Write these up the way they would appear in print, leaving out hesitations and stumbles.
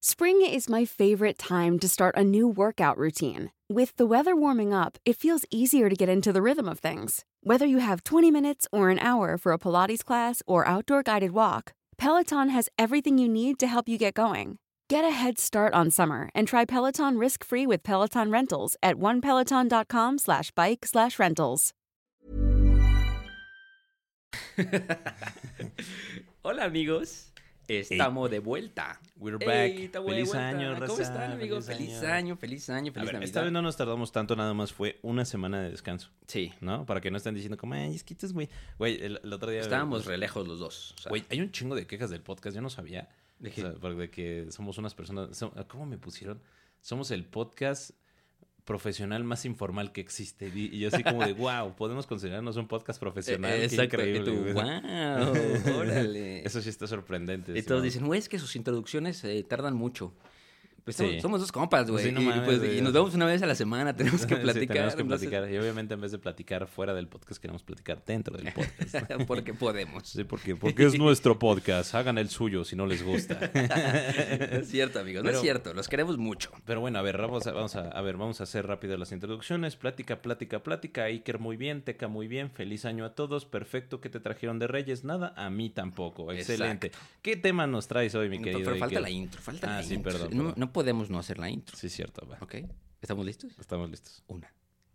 Spring is my favorite time to start a new workout routine. With the weather warming up, it feels easier to get into the rhythm of things. Whether you have 20 minutes or an hour for a Pilates class or outdoor guided walk, Peloton has everything you need to help you get going. Get a head start on summer and try Peloton risk-free with Peloton Rentals at onepeloton.com/bike/rentals. Hola amigos, estamos de vuelta. We're back. Feliz año, ¿Cómo raza, están amigos? Feliz año, feliz Navidad. Esta vez no nos tardamos tanto, nada más fue una semana de descanso. Sí. ¿No? Para que no estén diciendo como, ay, es que estos güey. Güey, el otro día... Estábamos re lejos los dos. O sea, Güey, hay un chingo de quejas del podcast, yo no sabía. ¿De qué? O sea, de que somos unas personas... ¿Cómo me pusieron? Somos el podcast profesional más informal que existe. Y yo así como de, wow, podemos considerarnos un podcast profesional. Qué exacto. increíble. Y tú, wow, órale. Eso sí está sorprendente. Y todos dicen, güey, es que sus introducciones tardan mucho. Pues Sí. somos dos compas, güey. Sí, no mames, y nos vemos una vez a la semana, tenemos que Sí, platicar. tenemos que entonces- platicar. Y obviamente en vez de platicar fuera del podcast, queremos platicar dentro del podcast. Porque podemos. Sí, porque es nuestro podcast. Hagan el suyo si no les gusta. No es cierto, amigos, no Pero- es cierto. Los queremos mucho. Pero bueno, a ver, vamos a hacer rápido las introducciones. Plática. Iker muy bien, Teca muy bien. Feliz año a todos. Perfecto. ¿Qué te trajeron de Reyes? Nada. A mí tampoco. Excelente. Exacto. ¿Qué tema nos traes hoy, mi querido Pero falta Iker? la intro, Ah, sí, intro. perdón. No podemos no hacer la intro. Sí, cierto. Va. ¿Ok? ¿Estamos listos? Estamos listos. Una.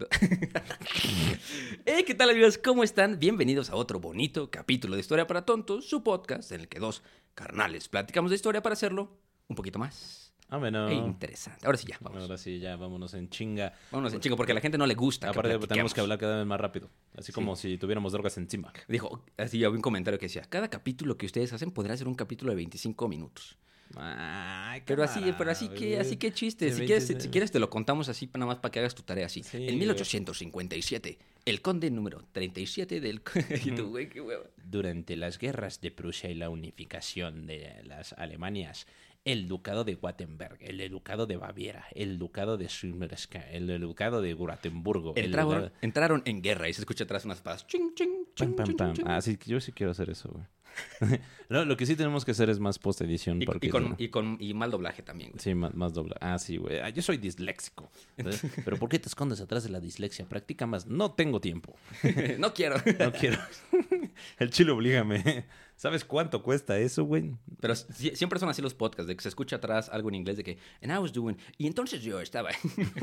¿Qué tal amigos? ¿Cómo están? Bienvenidos a otro bonito capítulo de Historia para Tontos, su podcast en el que dos carnales platicamos de historia para hacerlo un poquito más Bueno. interesante. Ahora sí ya, vamos. Ahora sí, ya vámonos en chinga. Vámonos en chingo porque a la gente no le gusta. Aparte, tenemos platiquemos. que hablar cada vez más rápido. Así Sí. como si tuviéramos drogas encima. Dijo, así había un comentario que decía, cada capítulo que ustedes hacen podrá ser un capítulo de 25 minutos. Ay, Pero así que chiste. Si quieres te lo contamos así nada más para que hagas tu tarea así. Sí, En güey. 1857, el conde número 37 del... Y tú, güey, qué hueva. Durante las guerras de Prusia y la unificación de las Alemanias, el ducado de Wurtemberg, el ducado de Baviera, el ducado de Schwerin, el ducado de Gotemburgo. Entraron en guerra y se escucha atrás unas espadas. Ching, ching, ching, Pam, ching, pam. ching. Ah, sí, yo sí quiero hacer eso, güey. No, lo que sí tenemos que hacer es más post-edición. Y mal doblaje también, güey. Sí, más dobla. Ah, sí, güey. Yo soy disléxico. Entonces, ¿pero por qué te escondes atrás de la dislexia? Practica más. No tengo tiempo. No quiero. No quiero. El chile oblígame. ¿Sabes cuánto cuesta eso, güey? Pero siempre son así los podcasts, de que se escucha atrás algo en inglés de que, and I was doing, y entonces yo estaba.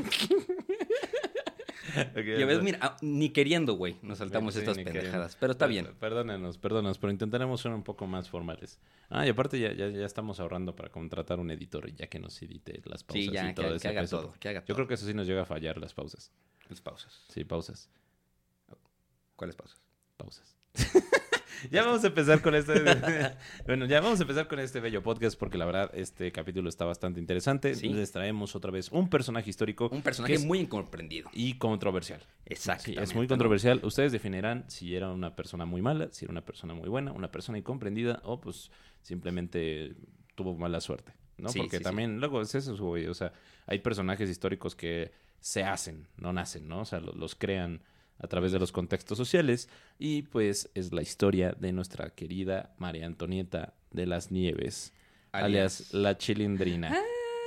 Okay, Ya ves, mira, ni queriendo, güey, nos saltamos Sí, estas ni pendejadas. queriendo. Pero está bien. Perdónenos, pero intentaremos ser un poco más formales. Ah, y aparte ya estamos ahorrando para contratar un editor ya que nos edite las pausas Sí, ya, y todo que ese haga peso. todo, que haga todo. Yo creo que eso sí nos llega a fallar, las pausas. Las pausas. Sí, pausas. ¿Cuáles pausas? Pausas. Ya vamos a empezar con este bello podcast porque la verdad este capítulo está bastante interesante. Sí. Les traemos otra vez un personaje histórico Un personaje que es- muy incomprendido. y controversial. Exacto. Sí, es muy controversial. Ustedes definirán si era una persona muy mala, si era una persona muy buena, una persona incomprendida o pues simplemente tuvo mala suerte, ¿no? Sí, Porque sí, también luego es eso, güey. O sea, hay personajes históricos que se hacen, no nacen, ¿no? O sea, los crean a través de los contextos sociales y pues es la historia de nuestra querida María Antonieta de las Nieves, alias la Chilindrina.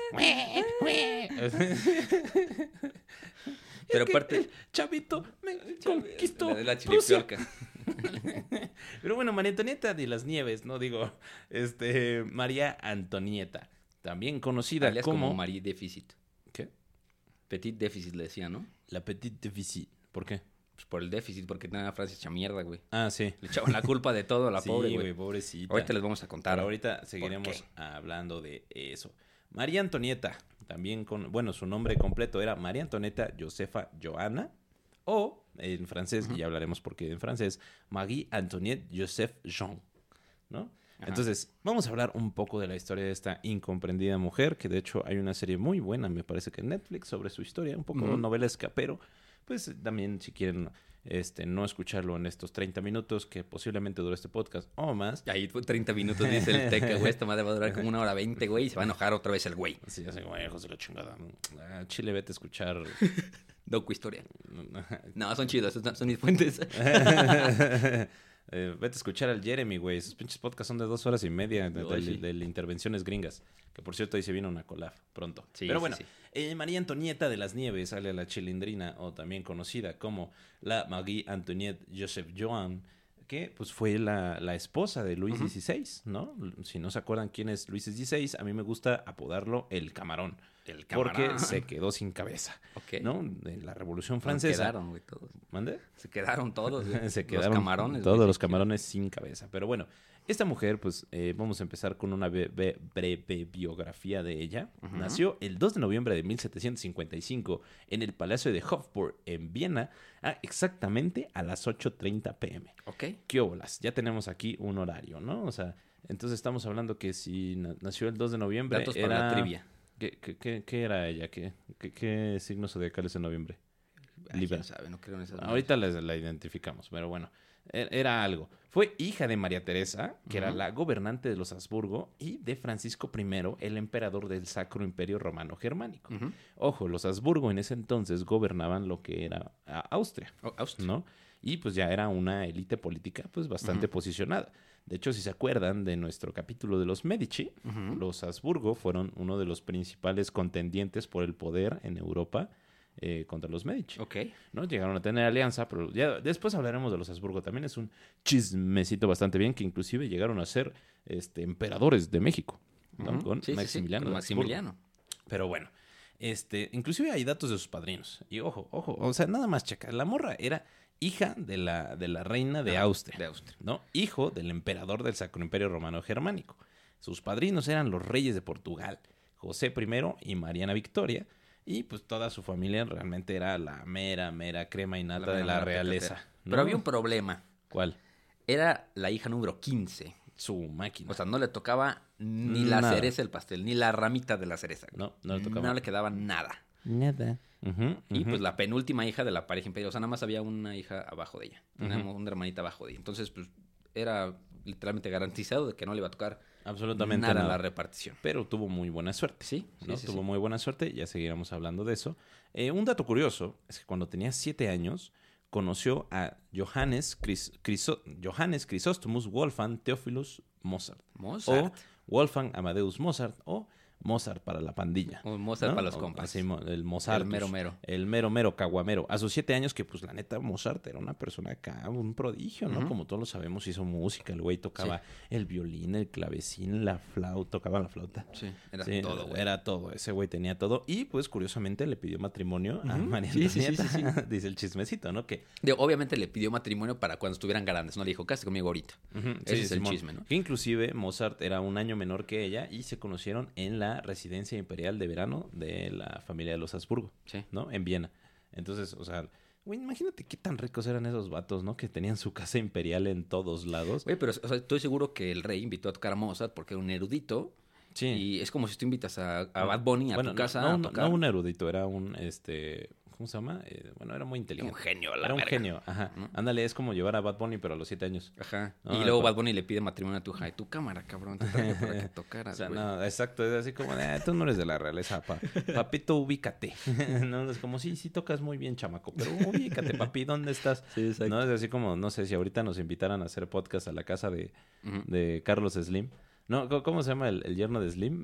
Pero aparte, Chavito, me conquistó la de la Rusia. chilipiolca. Pero bueno, María Antonieta de las Nieves, no digo, María Antonieta, también conocida Alias como como Marie Déficit. ¿qué? Petit Déficit le decía, ¿no? La Petite Déficit. ¿Por qué? Pues por el déficit, porque nada, Francia hecha mierda, güey. Ah, sí. Le echaban la culpa de todo a la Sí, pobre, güey. pobrecita. Ahorita les vamos a contar. Pero ahorita ¿Por seguiremos qué? hablando de eso. María Antonieta, también su nombre completo era María Antonieta Josefa Johanna, o en francés, y ya hablaremos por qué en francés, Marie Antoinette Joseph Jean, ¿no? Ajá. Entonces, vamos a hablar un poco de la historia de esta incomprendida mujer, que de hecho hay una serie muy buena, me parece que en Netflix, sobre su historia, un poco novelesca, pero pues también si quieren no escucharlo en estos 30 minutos que posiblemente dure este podcast o más. Ahí fue 30 minutos, dice el Teca, güey. Esta madre va a durar como 1 hora 20, güey. Y se va a enojar otra vez el güey. Así ya sé, güey, hijos de la chingada. Chile, vete a escuchar. Docu historia. No, son chidos, son mis fuentes. Vete a escuchar al Jeremy, güey. Esos pinches podcasts son de 2 horas y media de intervenciones gringas. Que por cierto, ahí se viene una collab pronto. Sí, pero bueno, sí. María Antonieta de las Nieves, alias la Chilindrina, o también conocida como la Marie Antoinette Joseph Joan, que pues fue la esposa de Luis XVI, ¿no? Si no se acuerdan quién es Luis XVI, a mí me gusta apodarlo el Camarón. El Camarón. Porque se quedó sin cabeza, Ok. ¿no? En la Revolución Francesa. Se quedaron, güey, todos. ¿Mande? Se quedaron todos, güey. Se quedaron los camarones. todos güey, los sí. camarones sin cabeza. Pero bueno, esta mujer, pues vamos a empezar con una breve biografía de ella. Nació el 2 de noviembre de 1755 en el Palacio de Hofburg, en Viena, exactamente a las 8:30 p.m. Ok. ¿Qué óbolas? Ya tenemos aquí un horario, ¿no? O sea, entonces estamos hablando que si nació el 2 de noviembre Datos era... para la trivia. ¿Qué era ella? ¿Qué signo zodiacal es en noviembre? Ay, Libra. quién sabe, no creo en esas Ahorita la identificamos, pero bueno, era algo. Fue hija de María Teresa, que era la gobernante de los Habsburgo, y de Francisco I, el emperador del Sacro Imperio Romano Germánico. Ojo, los Habsburgo en ese entonces gobernaban lo que era Austria, Austria. ¿no? Y pues ya era una élite política pues bastante posicionada. De hecho, si se acuerdan de nuestro capítulo de los Medici, los Habsburgo fueron uno de los principales contendientes por el poder en Europa contra los Medici. Ok. ¿No? Llegaron a tener alianza, pero ya después hablaremos de los Habsburgo. También es un chismecito bastante bien, que inclusive llegaron a ser emperadores de México, ¿no? Con Maximiliano. Con de Maximiliano. Pero bueno, inclusive hay datos de sus padrinos. Y ojo, o sea, nada más checa. La morra era hija de la reina de Austria. De Austria. ¿No? Hijo del emperador del Sacro Imperio Romano Germánico. Sus padrinos eran los reyes de Portugal, José I y Mariana Victoria. Y pues toda su familia realmente era la mera crema y nata de la realeza. ¿No? Pero había un problema. ¿Cuál? Era la hija número 15. Su máquina. O sea, no le tocaba ni la Nada. cereza del pastel, ni la ramita de la cereza. No le tocaba. No le quedaba nada. Nada. Y pues la penúltima hija de la pareja imperial. O sea, nada más había una hija abajo de ella. Una hermanita abajo de ella. Entonces, pues era literalmente garantizado de que no le iba a tocar absolutamente nada nada. la repartición. Pero tuvo muy buena suerte. Sí, ¿no? sí, Tuvo sí. muy buena suerte, ya seguiremos hablando de eso. Un dato curioso es que cuando tenía 7 años conoció a Johannes Chrysostomus Wolfgang Theophilus Mozart. Mozart. O Wolfgang Amadeus Mozart o Mozart para la pandilla. O Mozart ¿no? para los compas. Así, el Mozart. El mero mero. El mero caguamero. A sus 7 años que pues la neta Mozart era una persona acá, un prodigio, ¿no? Como todos lo sabemos, hizo música. El güey tocaba el violín, el clavecín, la flauta, tocaba la flauta. Sí, era Sí, todo, güey. era todo. Ese güey tenía todo. Y pues curiosamente le pidió matrimonio a María Sí, sí, Antonieta. sí. Dice el chismecito, ¿no? Que Obviamente le pidió matrimonio para cuando estuvieran grandes. No le dijo, cásate conmigo ahorita. Ese es el Simón. chisme, ¿no? Que inclusive Mozart era un año menor que ella y se conocieron en la residencia imperial de verano de la familia de los Habsburgo, Sí. ¿no? En Viena. Entonces, o sea, güey, imagínate qué tan ricos eran esos vatos, ¿no? Que tenían su casa imperial en todos lados. Güey, pero o sea, estoy seguro que el rey invitó a tocar a Mozart porque era un erudito. Sí. Y es como si tú invitas a Bad Bunny a tu casa a tocar. No un erudito, era un, ¿cómo se llama? Bueno, era muy inteligente. Un genio, la Era un verga. genio, ajá. Ándale, es como llevar a Bad Bunny, pero a los 7 años. Ajá. No, y luego no. Bad Bunny le pide matrimonio a tu hija. Y tu cámara, cabrón, te traje para que O tocaras, sea, güey. no, exacto, es así como de, tú no eres de la realeza, papito, ubícate. No, es como, sí tocas muy bien, chamaco, pero ubícate, papi, ¿dónde estás? Sí, exacto. No, es así como, no sé, si ahorita nos invitaran a hacer podcast a la casa de Carlos Slim. No, ¿cómo se llama el yerno de Slim?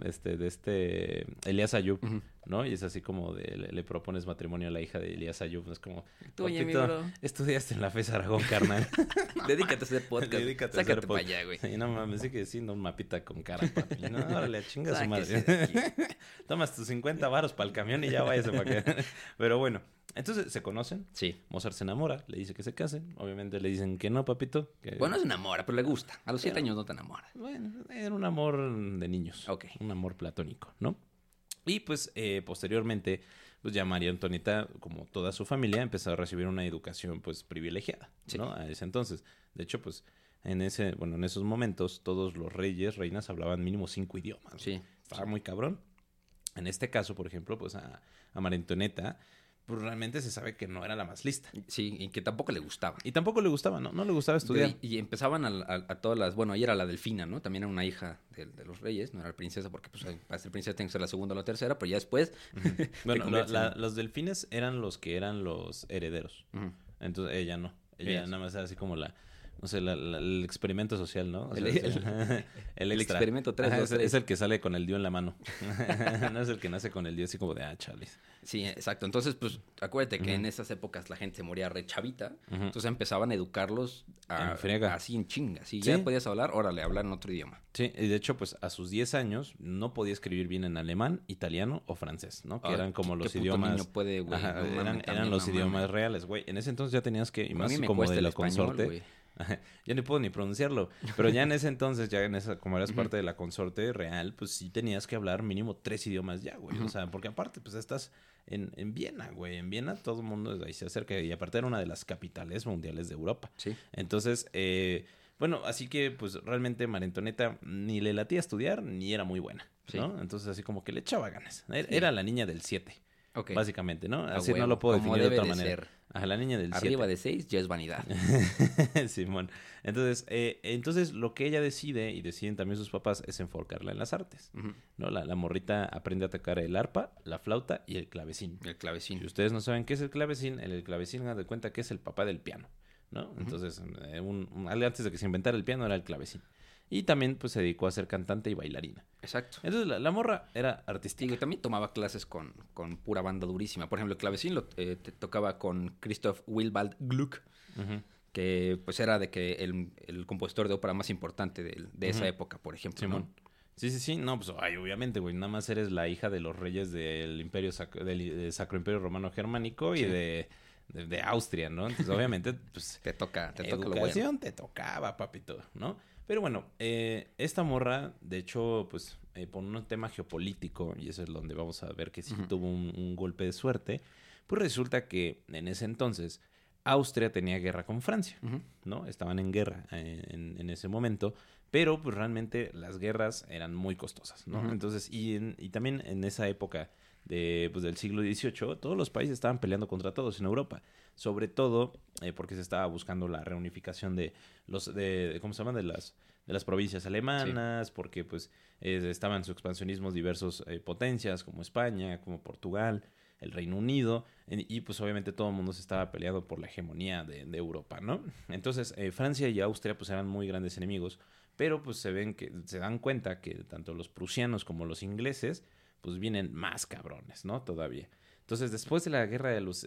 Elías Ayub, ¿no? Y es así como le propones matrimonio a la hija de Elías Ayub. No es como, Tú, oye, mi papito, bro. estudiaste en la FES Aragón, carnal. Dedícate a hacer podcast. Dedícate a Sácate hacer para podcast. allá, güey. Sí, no mames, sí que sí, no un mapita con cara, papi. No, órale, chinga su madre. Sáquese de aquí. Tomas tus 50 varos para el camión y ya váyase para acá. Pero bueno, entonces se conocen. Sí. Mozart se enamora, le dice que se casen. Obviamente le dicen que no, papito. Que... Bueno, se enamora, pero le gusta. A los 7 años no te enamora. Bueno, era un amor de niños. Ok. Un amor platónico, ¿no? Y pues posteriormente, pues ya María Antonieta, como toda su familia, empezó a recibir una educación pues privilegiada, Sí. ¿no? A ese entonces. De hecho, pues en esos momentos todos los reyes, reinas hablaban mínimo 5 idiomas. Sí. Estaba muy cabrón. En este caso, por ejemplo, pues a María Antonieta, pues realmente se sabe que no era la más lista. Sí, y que tampoco le gustaba. Y tampoco le gustaba, no le gustaba estudiar. Y empezaban a todas las... Bueno, ahí era la Delfina, ¿no? También era una hija de los reyes, no era princesa, porque pues para ser princesa tiene que ser la segunda o la tercera, pero ya después... Bueno, te conviertes en- los delfines eran los que eran los herederos. Ujú. Entonces ella no. Ella Yes. nada más era así como no sé, el experimento social, ¿no? O sea, El extra. experimento 3, Ajá, 2, 3. es el que sale con el dio en la mano. No es el que nace con el dio así como de, chales. Sí, exacto. Entonces, pues, acuérdate que Ujú. en esas épocas la gente se moría re chavita. Ujú. Entonces empezaban a educarlos En friega. así en chinga. Si Sí. ya podías hablar, órale, hablar en otro idioma. Sí, y de hecho, pues a sus 10 años no podía escribir bien en alemán, italiano o francés, ¿no? Que Ay, eran como ¿qué los puto idiomas. niño puede, güey? Ajá, No mames, eran también, los no idiomas mames. reales, güey. En ese entonces ya tenías que, y A más mí me como cuesta de el la español, consorte. güey. Ajá, ya ni puedo ni pronunciarlo. Pero ya en ese entonces, ya en esa, como eras parte de la consorte real, pues sí tenías que hablar mínimo 3 idiomas ya, güey. O sea, porque aparte, pues estás en Viena, güey. En Viena todo el mundo ahí se acerca. Y aparte era una de las capitales mundiales de Europa. Sí. Entonces, bueno, así que pues realmente María Antonieta ni le latía estudiar ni era muy buena, ¿no? Sí. Entonces así como que le echaba ganas. Era la niña del 7, Ok. básicamente, ¿no? A Así no huevo, lo puedo como definir de debe otra de manera. ser. Ajá, la niña del 7. Arriba de 6 ya es vanidad. Simón. Entonces lo que ella decide, y deciden también sus papás, es enfocarla en las artes, Ujú. ¿no? La morrita aprende a tocar el arpa, la flauta y el clavecín. El clavecín. Si ustedes no saben qué es el clavecín hagan de cuenta que es el papá del piano, ¿no? Entonces, antes de que se inventara el piano era el clavecín. Y también pues se dedicó a ser cantante y bailarina. Exacto. Entonces la morra era artística. Digo, y también tomaba clases con pura banda durísima. Por ejemplo, el clavecín te tocaba con Christoph Willibald Gluck, Ujú. que pues era de que el compositor de ópera más importante de esa época, por ejemplo. Simón. ¿No? Sí. No, pues obviamente, güey. Nada más eres la hija de los reyes del Imperio del Sacro Imperio Romano Germánico y Sí. de Austria, ¿no? Entonces, obviamente, pues Te toca lo bueno. educación te tocaba, papito, ¿no? Pero bueno, esta morra, de hecho, pues por un tema geopolítico, y eso es donde vamos a ver que sí tuvo un golpe de suerte, pues resulta que en ese entonces Austria tenía guerra con Francia, ¿no? Estaban en guerra en ese momento, pero pues realmente las guerras eran muy costosas, ¿no? Entonces, y también en esa época del siglo XVIII, todos los países estaban peleando contra todos en Europa, sobre todo porque se estaba buscando la reunificación de ¿cómo se llaman? De las provincias alemanas, porque pues estaban en su expansionismo diversas potencias como España, como Portugal, el Reino Unido, y pues obviamente todo el mundo se estaba peleando por la hegemonía de Europa, ¿no? Entonces Francia y Austria pues eran muy grandes enemigos, pero pues se dan cuenta que tanto los prusianos como los ingleses pues vienen más cabrones, ¿no? Todavía. Entonces, después de la guerra de los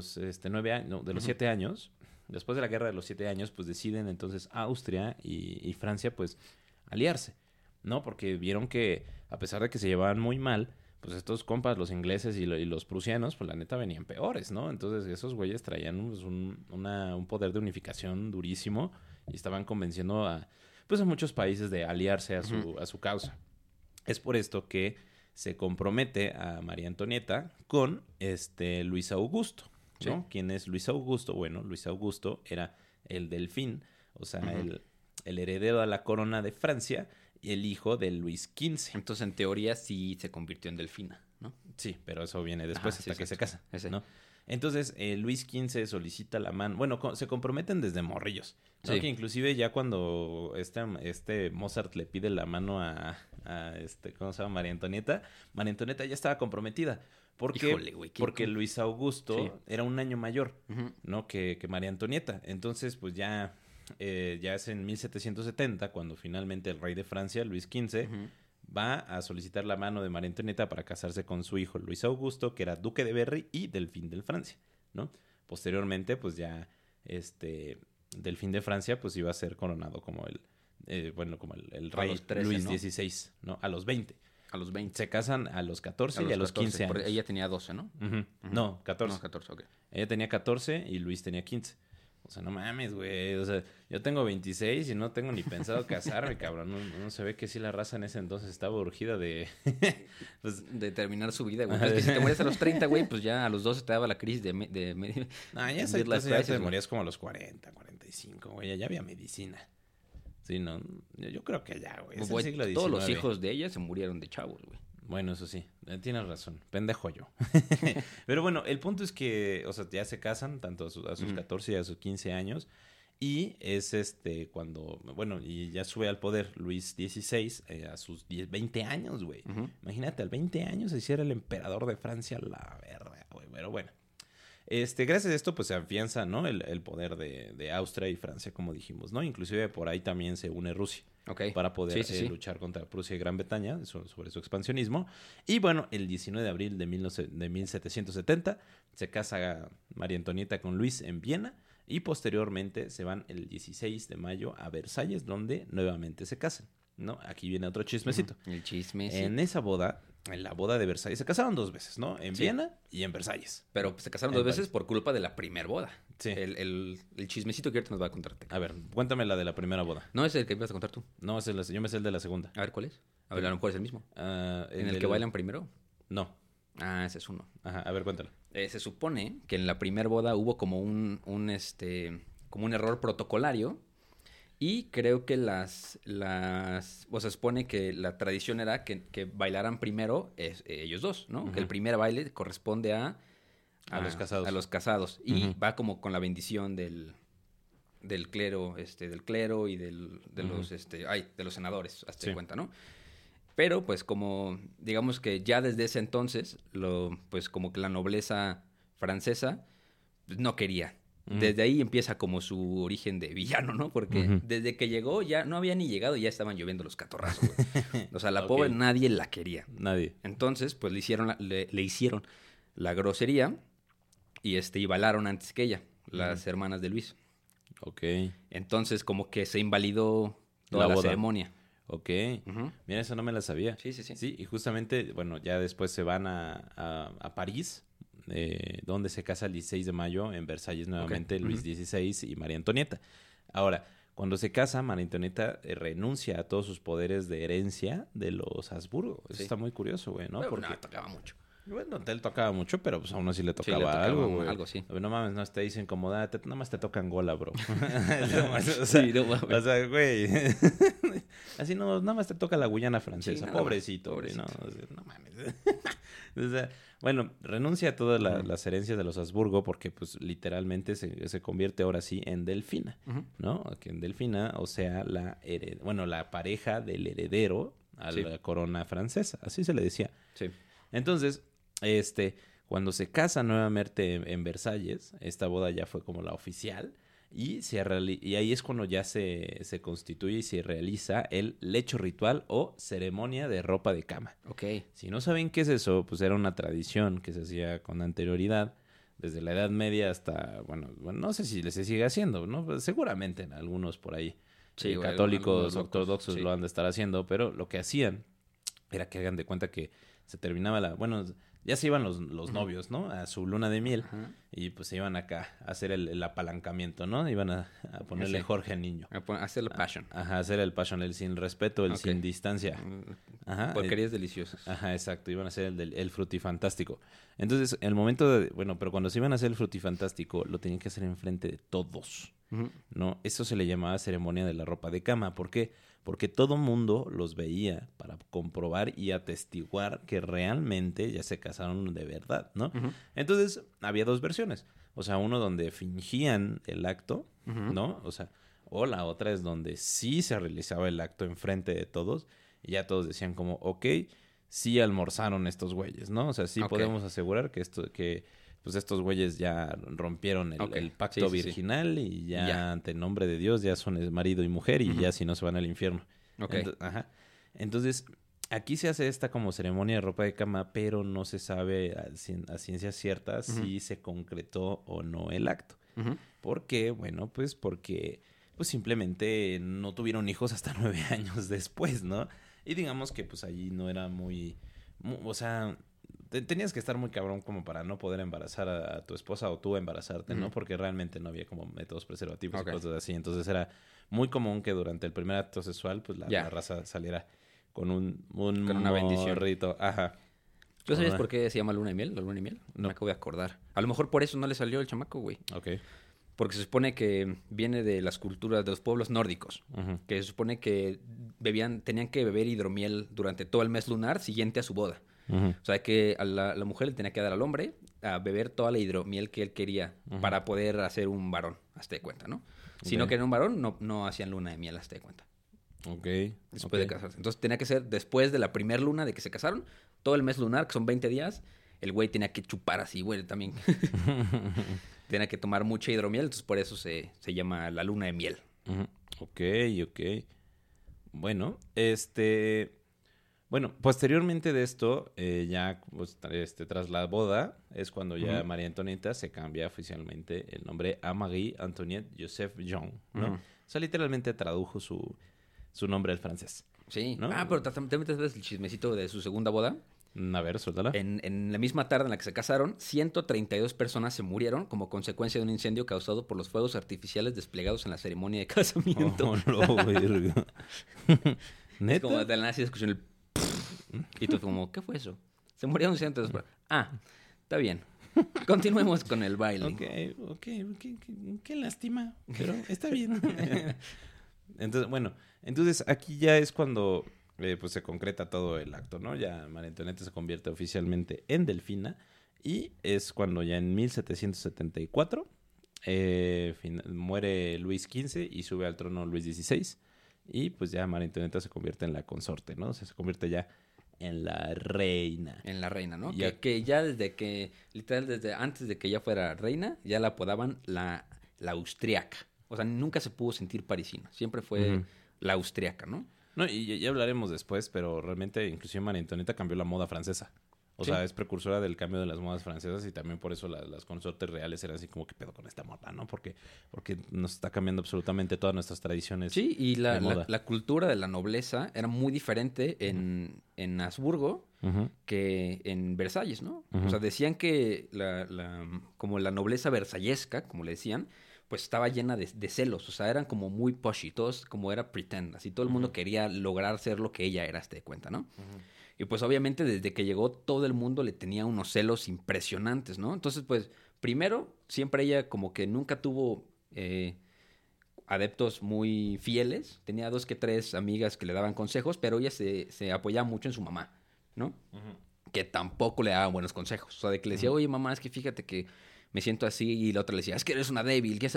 9 años, no, de los 7 años, después de la guerra de los 7 años, pues deciden entonces Austria y Francia, pues, aliarse, ¿no? Porque vieron que, a pesar de que se llevaban muy mal, pues estos compas, los ingleses y los prusianos, pues la neta venían peores, ¿no? Entonces, esos güeyes traían pues, un poder de unificación durísimo y estaban convenciendo a muchos países de aliarse a su causa. Es por esto que se compromete a María Antonieta con Luis Augusto, ¿no? Sí. ¿Quién es Luis Augusto? Bueno, Luis Augusto era el delfín, o sea, el heredero a la corona de Francia y el hijo de Luis XV. Entonces, en teoría, sí se convirtió en delfina, ¿no? Sí, pero eso viene después hasta que se casa, Ese. ¿no? Entonces, Luis XV solicita la mano. Bueno, se comprometen desde morrillos, ¿no? Sí. Que inclusive ya cuando este Mozart le pide la mano a ¿cómo se llama? María Antonieta ya estaba comprometida. Híjole, güey, Porque Luis Augusto era un año mayor, Ujú. ¿no? Que María Antonieta. Entonces, pues ya es en 1770 cuando finalmente el rey de Francia, Luis XV, va a solicitar la mano de María Antonieta para casarse con su hijo Luis Augusto, que era duque de Berry y delfín de Francia, ¿no? Posteriormente, pues ya delfín de Francia, pues iba a ser coronado como el A rey los 13, Luis ¿no? XVI, ¿no? A los 20. A los 20. Se casan a los 14 y a los 14, 15 años. porque ella tenía 12, ¿no? No, 14. No, 14, ok. Ella tenía 14 y Luis tenía 15. O sea, no mames, güey. O sea, yo tengo 26 y no tengo ni pensado casarme, cabrón. No se ve que sí la raza en ese entonces estaba urgida de... pues, De terminar su vida, güey. Pues es que si te mueres a los 30, güey, pues ya a los 12 te daba la crisis de no, ya midlife ya crisis, te güey. morías como a los 40, 45, güey. Ya había medicina. Sí, no. Yo creo que ya, güey. Es el Güey, siglo todos los XIX. hijos de ella se murieron de chavos, güey. Bueno, eso sí, tienes razón, pendejo yo. Pero bueno, el punto es que, o sea, ya se casan, tanto a sus 14 y a sus 15 años, y es cuando, bueno, y ya sube al poder Luis XVI a sus 20 años, güey. Imagínate, al 20 años se hiciera el emperador de Francia, la verga, güey, pero bueno. Gracias a esto, pues se afianza, ¿no? El poder de Austria y Francia, como dijimos, ¿no? Inclusive por ahí también se une Rusia. Para poder luchar contra Prusia y Gran Bretaña sobre su expansionismo. Y bueno, el 19 de abril de 1770 se casa María Antonieta con Luis en Viena y posteriormente se van el 16 de mayo a Versalles, donde nuevamente se casan, ¿no? Aquí viene otro chismecito. El chismecito. En esa boda, en la boda de Versalles, se casaron 2 veces, ¿no? En Viena y en Versalles. Pero se casaron 2 veces por culpa de la primera boda. Sí. El chismecito que ahorita nos va a contarte. A ver, cuéntame la de la primera boda. No, es el que ibas a contar tú. No, yo me sé el de la segunda. A ver, ¿cuál es? A ver, a lo mejor es el mismo. ¿En el que bailan primero? No. Ah, ese es uno. Ajá, a ver, cuéntalo. Se supone que en la primera boda hubo como un error protocolario. Y creo que o sea, se supone que la tradición era que bailaran primero ellos dos, ¿no? Uh-huh. Que el primer baile corresponde a los casados. A los casados. Y va como con la bendición del clero, del clero y de los senadores, hazte cuenta, ¿no? Pero, pues, como, digamos que ya desde ese entonces, pues, como que la nobleza francesa pues, no quería. Desde ahí empieza como su origen de villano, ¿no? Porque desde que llegó ya no había ni llegado y ya estaban lloviendo los catorrazos, güey. O sea, la pobre nadie la quería. Nadie. Entonces, pues le hicieron la grosería y bailaron antes que ella, las hermanas de Luis. Ok. Entonces, como que se invalidó toda la ceremonia. Ok. Mira, eso no me la sabía. Sí. Sí, y justamente, bueno, ya después se van a París, donde se casa el 16 de mayo en Versalles nuevamente Luis XVI y María Antonieta. Ahora, cuando se casa, María Antonieta renuncia a todos sus poderes de herencia de los Habsburgo. Eso está muy curioso, güey, ¿no? Bueno, porque no, tocaba mucho. Bueno, él tocaba mucho, pero pues aún así le tocaba algo, güey. Algo, sí. No mames, no te dicen como, nada más te toca Angola, bro. O sea, güey. Así no, nada más te toca la Guyana francesa. Sí, pobrecito, güey. No mames. O sea, bueno, renuncia a todas las herencias de los Habsburgo porque, pues, literalmente se convierte ahora sí en Delfina, ¿no? Que en Delfina, o sea, la pareja del heredero a la corona francesa. Así se le decía. Sí. Entonces, cuando se casa nuevamente en Versalles, esta boda ya fue como la oficial y ahí es cuando ya se constituye y se realiza el lecho ritual o ceremonia de ropa de cama. Ok. Si no saben qué es eso, pues era una tradición que se hacía con anterioridad desde la Edad Media hasta, bueno no sé si se sigue haciendo, ¿no? Pues seguramente en algunos por ahí católicos ortodoxos lo han de estar haciendo, pero lo que hacían era que hagan de cuenta que se terminaba ya se iban los novios, ¿no? A su luna de miel. Y pues se iban acá a hacer el apalancamiento, ¿no? Iban a ponerle Jorge al niño. A hacer el passion. Ajá, hacer el passion, el sin respeto, el sin distancia. Ajá. Porquerías deliciosas. Ajá, exacto. Iban a hacer el frutifantástico. Entonces, el momento pero cuando se iban a hacer el frutifantástico, lo tenían que hacer enfrente de todos, ¿no? Eso se le llamaba ceremonia de la ropa de cama. ¿Por qué? Porque todo mundo los veía para comprobar y atestiguar que realmente ya se casaron de verdad, ¿no? Entonces, había 2 versiones. O sea, uno donde fingían el acto, ¿no? O sea, o la otra es donde sí se realizaba el acto enfrente de todos y ya todos decían como, ok, sí almorzaron estos güeyes, ¿no? O sea, sí podemos asegurar que pues estos güeyes ya rompieron el pacto virginal y ya ante el nombre de Dios ya son marido y mujer y ya si no se van al infierno. Entonces, aquí se hace esta como ceremonia de ropa de cama, pero no se sabe a ciencia cierta si se concretó o no el acto. ¿Por qué? Bueno, pues porque pues simplemente no tuvieron hijos hasta 9 años después, ¿no? Y digamos que pues allí no era o sea, tenías que estar muy cabrón como para no poder embarazar a tu esposa o tú embarazarte, ¿no? Porque realmente no había como métodos preservativos y cosas así. Entonces era muy común que durante el primer acto sexual, pues la raza saliera con con una bendición. Ajá. ¿Tú sabes por qué se llama luna de miel? ¿La luna de miel? No me acabo de acordar. A lo mejor por eso no le salió el chamaco, güey. Ok. Porque se supone que viene de las culturas de los pueblos nórdicos. Que se supone que tenían que beber hidromiel durante todo el mes lunar siguiente a su boda. O sea, que a la mujer le tenía que dar al hombre a beber toda la hidromiel que él quería para poder hacer un varón, hazte de cuenta, ¿no? Si no querían un varón, no hacían luna de miel, hazte de cuenta. Ok. Después de casarse. Entonces tenía que ser después de la primera luna de que se casaron, todo el mes lunar, que son 20 días, el güey tenía que chupar así, güey, también. Tenía que tomar mucha hidromiel, entonces por eso se llama la luna de miel. Ok. Bueno, Bueno, posteriormente de esto, ya pues, tras la boda, es cuando ya María Antonieta se cambia oficialmente el nombre a Marie Antoinette Joseph Jean, ¿no? O sea, literalmente tradujo su nombre al francés. Sí. ¿No? Pero también te sabes el chismecito de su segunda boda. A ver, suéltala. En la misma tarde en la que se casaron, 132 personas se murieron como consecuencia de un incendio causado por los fuegos artificiales desplegados en la ceremonia de casamiento. Oh, no, verga. ¿Neta? Es como de la nada se escuchó el... Y tú como, ¿qué fue eso? Se murieron 132 personas. Está bien. Continuemos con el baile. Ok. Qué lástima, pero está bien. Entonces aquí ya es cuando... pues se concreta todo el acto, ¿no? Ya María Antonieta se convierte oficialmente en Delfina y es cuando ya en 1774 muere Luis XV y sube al trono Luis XVI y pues ya María Antonieta se convierte en la consorte, ¿no? O sea, se convierte ya en la reina. En la reina, ¿no? Ya... Que ya desde antes de que ella fuera reina, ya la apodaban la austriaca. O sea, nunca se pudo sentir parisina, siempre fue la austriaca, ¿no? No, y ya hablaremos después, pero realmente inclusive María Antonieta cambió la moda francesa. O sea, es precursora del cambio de las modas francesas y también por eso las consortes reales eran así como que pedo con esta moda, ¿no? Porque nos está cambiando absolutamente todas nuestras tradiciones. Sí, y la cultura de la nobleza era muy diferente en Habsburgo que en Versalles, ¿no? O sea, decían que como la nobleza versallesca, como le decían, pues estaba llena de celos, o sea, eran como muy pushy, todos como era pretend, así todo el mundo quería lograr ser lo que ella era, de cuenta, ¿no? Y pues obviamente desde que llegó todo el mundo le tenía unos celos impresionantes, ¿no? Entonces, pues, primero, siempre ella como que nunca tuvo adeptos muy fieles, tenía 2 que 3 amigas que le daban consejos, pero ella se apoyaba mucho en su mamá, ¿no? Que tampoco le daba buenos consejos, o sea, de que le decía, oye, mamá, es que fíjate que me siento así, y la otra le decía, es que eres una débil, ¿qué es?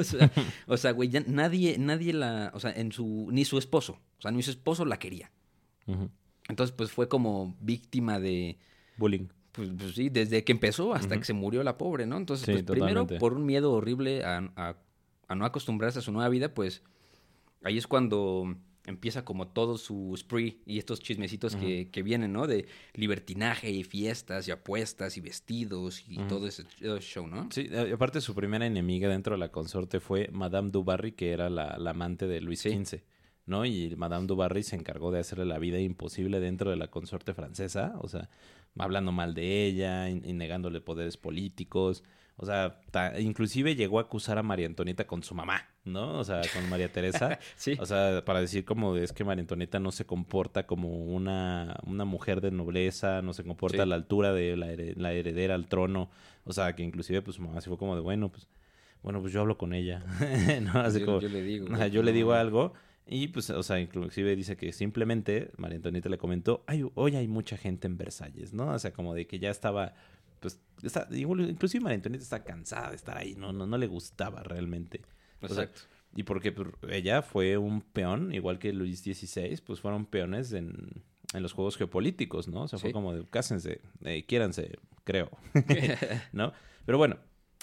O sea, güey, ya nadie la, o sea, ni su esposo la quería. Entonces, pues, fue como víctima de... bullying. Pues sí, desde que empezó hasta que se murió la pobre, ¿no? Entonces, sí, pues, totalmente. primero, por un miedo horrible a no acostumbrarse a su nueva vida, pues, ahí es cuando empieza como todo su spree y estos chismecitos que vienen, ¿no? De libertinaje y fiestas y apuestas y vestidos y todo ese show, ¿no? Sí, aparte su primera enemiga dentro de la consorte fue Madame du Barry, que era la amante de Luis XV, ¿no? Y Madame du Barry se encargó de hacerle la vida imposible dentro de la consorte francesa, o sea, hablando mal de ella y negándole poderes políticos. O sea, inclusive llegó a acusar a María Antonieta con su mamá, ¿no? O sea, con María Teresa. Sí. O sea, para decir como es que María Antonieta no se comporta como una mujer de nobleza, no se comporta a la altura de la heredera al trono. O sea, que inclusive pues su mamá se fue como de, bueno, pues yo hablo con ella. ¿No? Así yo le digo. Yo le digo algo. Y pues, o sea, inclusive dice que simplemente María Antonieta le comentó, hoy hay mucha gente en Versalles, ¿no? O sea, como de que ya estaba... pues inclusive María Antonieta está cansada de estar ahí, no le gustaba realmente. Exacto. O sea, y porque pues, ella fue un peón, igual que Luis XVI, pues fueron peones en los juegos geopolíticos, ¿no? O sea, fue como de cásense, quiéranse, creo, ¿no? Pero bueno,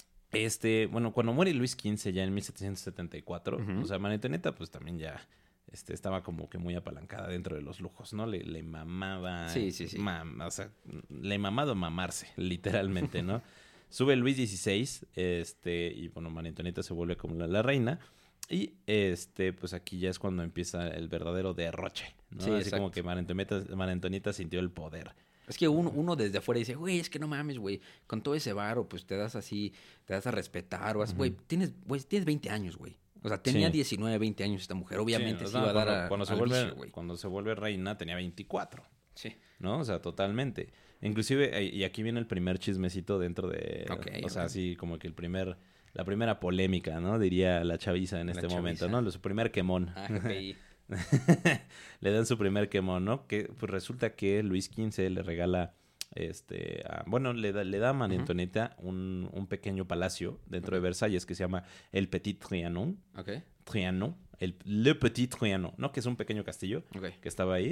cuando muere Luis XV ya en 1774, o sea, María Antonieta pues también ya... estaba como que muy apalancada dentro de los lujos, ¿no? Le mamaba... Sí. O sea, le mamaba mamarse, literalmente, ¿no? Sube Luis XVI, y bueno, María Antonieta se vuelve como la reina. Y, pues aquí ya es cuando empieza el verdadero derroche, ¿no? Sí, así exacto. como que María Antonieta sintió el poder. Es que uno desde afuera dice, güey, es que no mames, güey, con todo ese varo, pues te das a respetar, o güey, tienes 20 años, güey. O sea, tenía 19, 20 años esta mujer. Obviamente se iba a dar cuando se vuelve reina tenía 24. Sí. ¿No? O sea, totalmente. Inclusive, y aquí viene el primer chismecito dentro de... o sea, así como que la primera polémica, ¿no? Diría la chaviza en este momento, ¿no? Su primer quemón. GPI. Le dan su primer quemón, ¿no? Que pues resulta que Luis XV le regala... le da a María Antonieta un pequeño palacio dentro de Versalles que se llama el Petit Trianon. Ok. Trianon. Le Petit Trianon, ¿no? Que es un pequeño castillo que estaba ahí.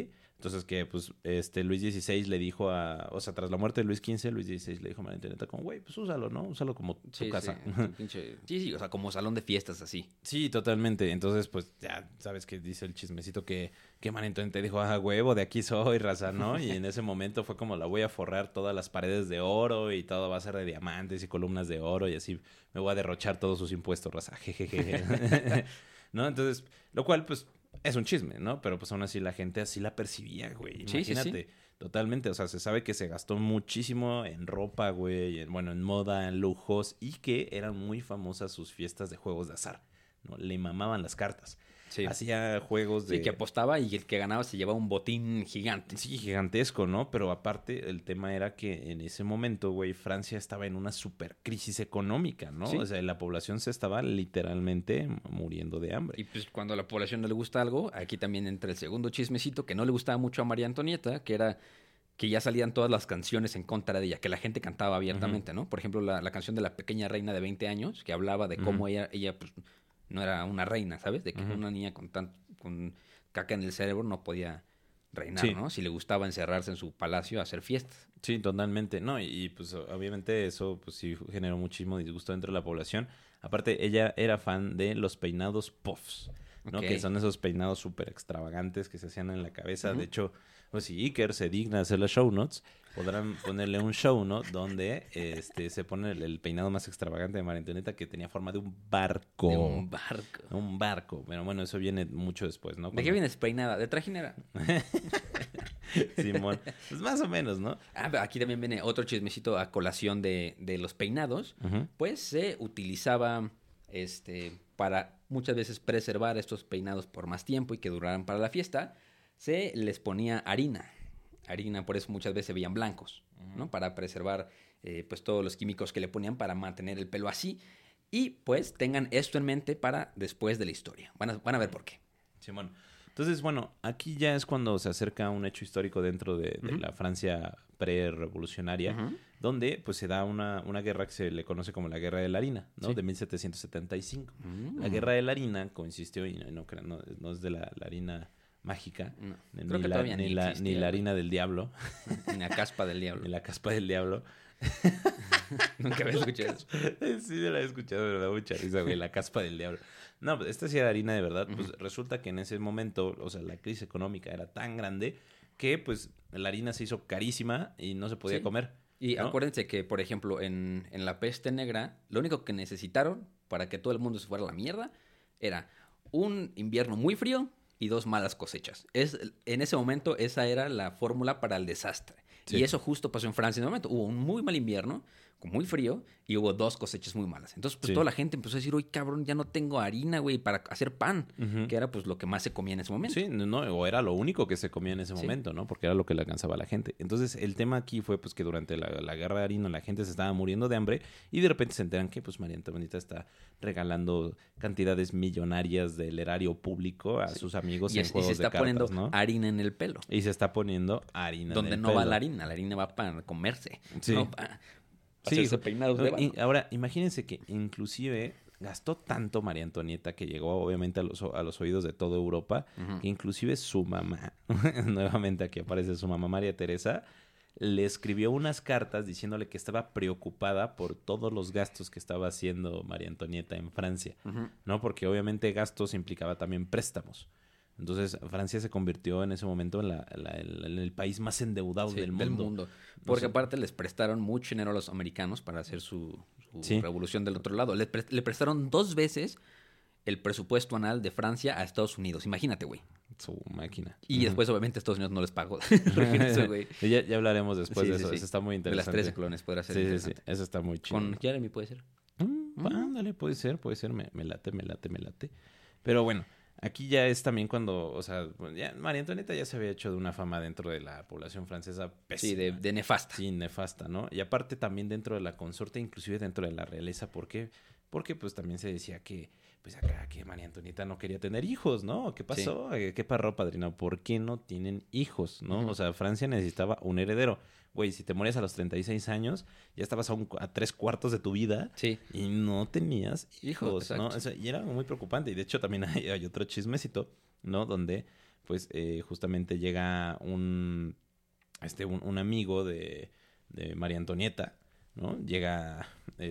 Entonces que, pues, Luis XVI le dijo o sea, tras la muerte de Luis XV, Luis XVI le dijo a María Antonieta como, güey, pues úsalo, ¿no? Úsalo como tu casa. Sí, o sea, como salón de fiestas, así. Sí, totalmente. Entonces, pues, ya sabes que dice el chismecito que María Antonieta dijo, huevo, de aquí soy, raza, ¿no? Y en ese momento fue como, la voy a forrar todas las paredes de oro y todo va a ser de diamantes y columnas de oro y así me voy a derrochar todos sus impuestos, raza, jejeje. ¿No? Entonces, lo cual, pues, es un chisme, ¿no? Pero pues aún así la gente así la percibía, güey. Imagínate. Sí. Totalmente. O sea, se sabe que se gastó muchísimo en ropa, güey. En moda, en lujos. Y que eran muy famosas sus fiestas de juegos de azar, ¿no? Le mamaban las cartas. Sí. Hacía juegos de... Sí, que apostaba y el que ganaba se llevaba un botín gigante. Sí, gigantesco, ¿no? Pero aparte, el tema era que en ese momento, güey, Francia estaba en una super crisis económica, ¿no? Sí. O sea, la población se estaba literalmente muriendo de hambre. Y pues cuando a la población no le gusta algo, aquí también entra el segundo chismecito que no le gustaba mucho a María Antonieta, que era que ya salían todas las canciones en contra de ella, que la gente cantaba abiertamente, ¿no? Por ejemplo, la canción de la pequeña reina de 20 años, que hablaba de cómo ella pues, no era una reina, ¿sabes? De que una niña con caca en el cerebro no podía reinar, sí. ¿no? Si le gustaba encerrarse en su palacio a hacer fiestas. Sí, totalmente. No, y pues obviamente eso pues sí generó muchísimo disgusto dentro de la población. Aparte, ella era fan de los peinados puffs, ¿no? Okay. Que son esos peinados súper extravagantes que se hacían en la cabeza. De hecho, pues si Iker se digna hacer las show notes, podrán ponerle un show note donde se pone el peinado más extravagante de María Antonieta, que tenía forma de un barco. De un barco. Un barco. Pero bueno, eso viene mucho después, ¿no? ¿De qué vienes peinada? ¿De trajinera? Simón. Pues más o menos, ¿no? Aquí también viene otro chismecito a colación de los peinados. Pues se utilizaba para muchas veces preservar estos peinados por más tiempo y que duraran para la fiesta. Se les ponía harina, por eso muchas veces se veían blancos, ¿no? Para preservar pues todos los químicos que le ponían para mantener el pelo así. Y pues tengan esto en mente para después de la historia. Van a ver por qué. Simón. Entonces, bueno, aquí ya es cuando se acerca un hecho histórico dentro de la Francia pre-revolucionaria, donde pues se da una guerra que se le conoce como la Guerra de la Harina, ¿no? Sí. De 1775. La Guerra de la Harina consistió, y no es de la harina mágica, no. ni la harina del diablo. Ni la caspa del diablo. Ni la caspa del diablo. Nunca había escuchado eso. Sí, la he escuchado, pero me da mucha risa, güey. La caspa del diablo. No, pues esta sí era harina de verdad. Pues resulta que en ese momento, o sea, la crisis económica era tan grande que, pues, la harina se hizo carísima y no se podía comer. Y ¿no? Acuérdense que, por ejemplo, en la peste negra, lo único que necesitaron para que todo el mundo se fuera a la mierda era un invierno muy frío y 2 malas cosechas. En ese momento, esa era la fórmula para el desastre. Sí. Y eso justo pasó en Francia en ese momento. Hubo un muy mal invierno, con muy frío, y hubo 2 cosechas muy malas. Entonces, pues toda la gente empezó a decir, oye, cabrón, ya no tengo harina, güey, para hacer pan. Que era, pues, lo que más se comía en ese momento. Sí, o era lo único que se comía en ese momento, ¿no? Porque era lo que le alcanzaba a la gente. Entonces, el tema aquí fue, pues, que durante la guerra de harina la gente se estaba muriendo de hambre y de repente se enteran que, pues, María Antonieta está regalando cantidades millonarias del erario público a sus amigos en juegos de cartas, ¿no? Y se está poniendo harina en el pelo. Y se está poniendo harina en el pelo. Donde no va la harina va para comerse. Sí. No para hacerse peinados de barro. Ahora, imagínense que inclusive gastó tanto María Antonieta que llegó obviamente a los oídos de toda Europa, que inclusive su mamá, nuevamente aquí aparece su mamá María Teresa, le escribió unas cartas diciéndole que estaba preocupada por todos los gastos que estaba haciendo María Antonieta en Francia, ¿no? Porque obviamente gastos implicaba también préstamos. Entonces, Francia se convirtió en ese momento en el país más endeudado del mundo. Porque aparte les prestaron mucho dinero a los americanos para hacer su revolución del otro lado. Le prestaron 2 veces el presupuesto anual de Francia a Estados Unidos. Imagínate, güey. Su máquina. Y después, obviamente, Estados Unidos no les pagó. Eso, güey. Ya hablaremos después de eso. Sí. Eso está muy interesante. De las 13 colones podrá ser interesante. Sí. Eso está muy chido. Con Jeremy puede ser. Ándale, puede ser. Me late. Pero bueno, aquí ya es también cuando, o sea, ya María Antonieta ya se había hecho de una fama dentro de la población francesa pésima. Sí, de nefasta. Sí, nefasta, ¿no? Y aparte también dentro de la consorte, inclusive dentro de la realeza. ¿Por qué? Porque pues también se decía que pues acá que María Antonieta no quería tener hijos, ¿no? ¿Qué pasó? Sí. ¿Qué parró, padrino? ¿Por qué no tienen hijos, no? O sea, Francia necesitaba un heredero. Güey, si te morías a los 36 años, ya estabas a 3/4 de tu vida y no tenías hijos, ¿no? O sea, y era muy preocupante. Y de hecho también hay otro chismecito, ¿no? Donde pues justamente llega un amigo de María Antonieta, ¿no? Llega,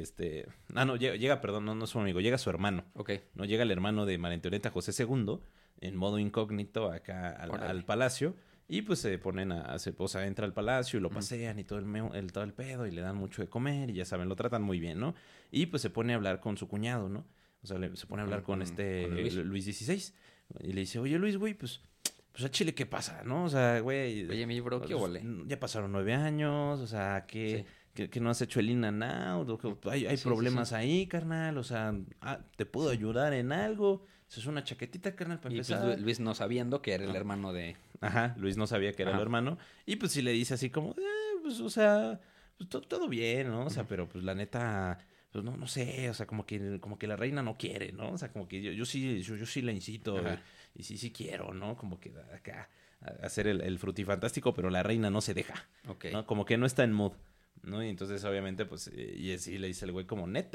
perdón, no es su amigo, llega su hermano. Ok. ¿No? Llega el hermano de María Antonieta, José II, en modo incógnito acá al palacio. Y pues se ponen entra al palacio y lo pasean y todo el pedo y le dan mucho de comer y ya saben, lo tratan muy bien, ¿no? Y pues se pone a hablar con su cuñado, ¿no? O sea, se pone a hablar con Luis XVI. Y le dice, oye, Luis, güey, pues a Chile, ¿qué pasa, no? O sea, güey... Oye, mi bro, ¿qué ole? Ya pasaron 9 años, o sea, que no has hecho el In and Out, hay problemas ahí, carnal, o sea, ¿te puedo ayudar en algo? Eso es una chaquetita, carnal, para empezar. Pues Luis no sabiendo que era el hermano de... Ajá, Luis no sabía que era el hermano. Y pues sí le dice así como, pues, o sea, pues, todo bien, ¿no? O sea, pero pues la neta, pues no sé, o sea, como que la reina no quiere, ¿no? O sea, como que yo sí la incito y sí quiero, ¿no? Como que acá hacer el frutifantástico, pero la reina no se deja, ¿no? Como que no está en mood, ¿no? Y entonces obviamente, pues, y así le dice el güey como, ¿neta?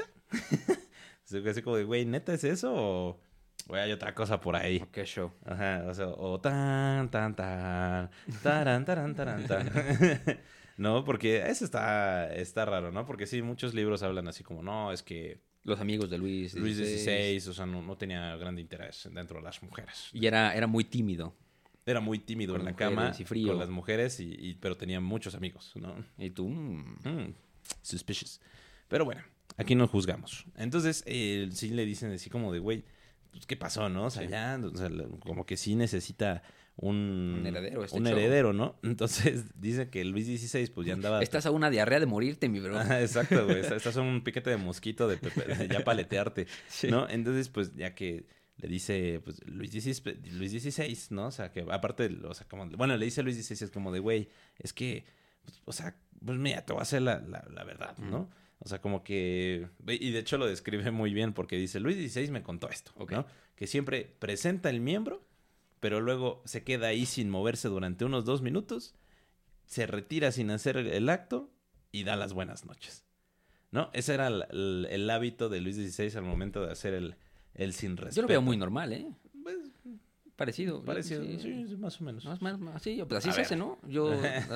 Así como de, güey, ¿neta es eso o hay otra cosa por ahí? ¿Qué show? Ajá, o sea, o tan, taran, taran. No, porque eso está raro, ¿no? Porque sí, muchos libros hablan así como, no, es que... Los amigos de Luis XVI, o sea, no tenía gran interés dentro de las mujeres. Y era muy tímido. Era muy tímido en la cama con las mujeres, pero tenía muchos amigos, ¿no? Y tú... Suspicious. Pero bueno, aquí no juzgamos. Entonces, sí le dicen así como de, güey, pues, ¿qué pasó, no? O sea, ya, o sea, como que sí necesita un heredero. Un heredero, ¿no? Entonces, dice que Luis XVI, pues ya andaba... Estás a una diarrea de morirte, mi bro. Exacto, güey. Estás a un piquete de mosquito de ya paletearte, ¿no? Entonces, pues, ya que le dice, pues, Luis XVI, ¿no? O sea, que aparte, o sea, como... Bueno, le dice a Luis XVI, es como de, güey, es que, pues, o sea, pues mira, te voy a hacer la verdad, ¿no? O sea, como que... Y de hecho lo describe muy bien porque dice, Luis XVI me contó esto, ¿no? Que siempre presenta el miembro, pero luego se queda ahí sin moverse durante unos 2 minutos, se retira sin hacer el acto y da las buenas noches, ¿no? Ese era el hábito de Luis XVI al momento de hacer el sin respeto. Yo lo veo muy normal, ¿eh? Pues, Parecido, sí, más o menos. Sí, pues así se hace, ¿no? Yo...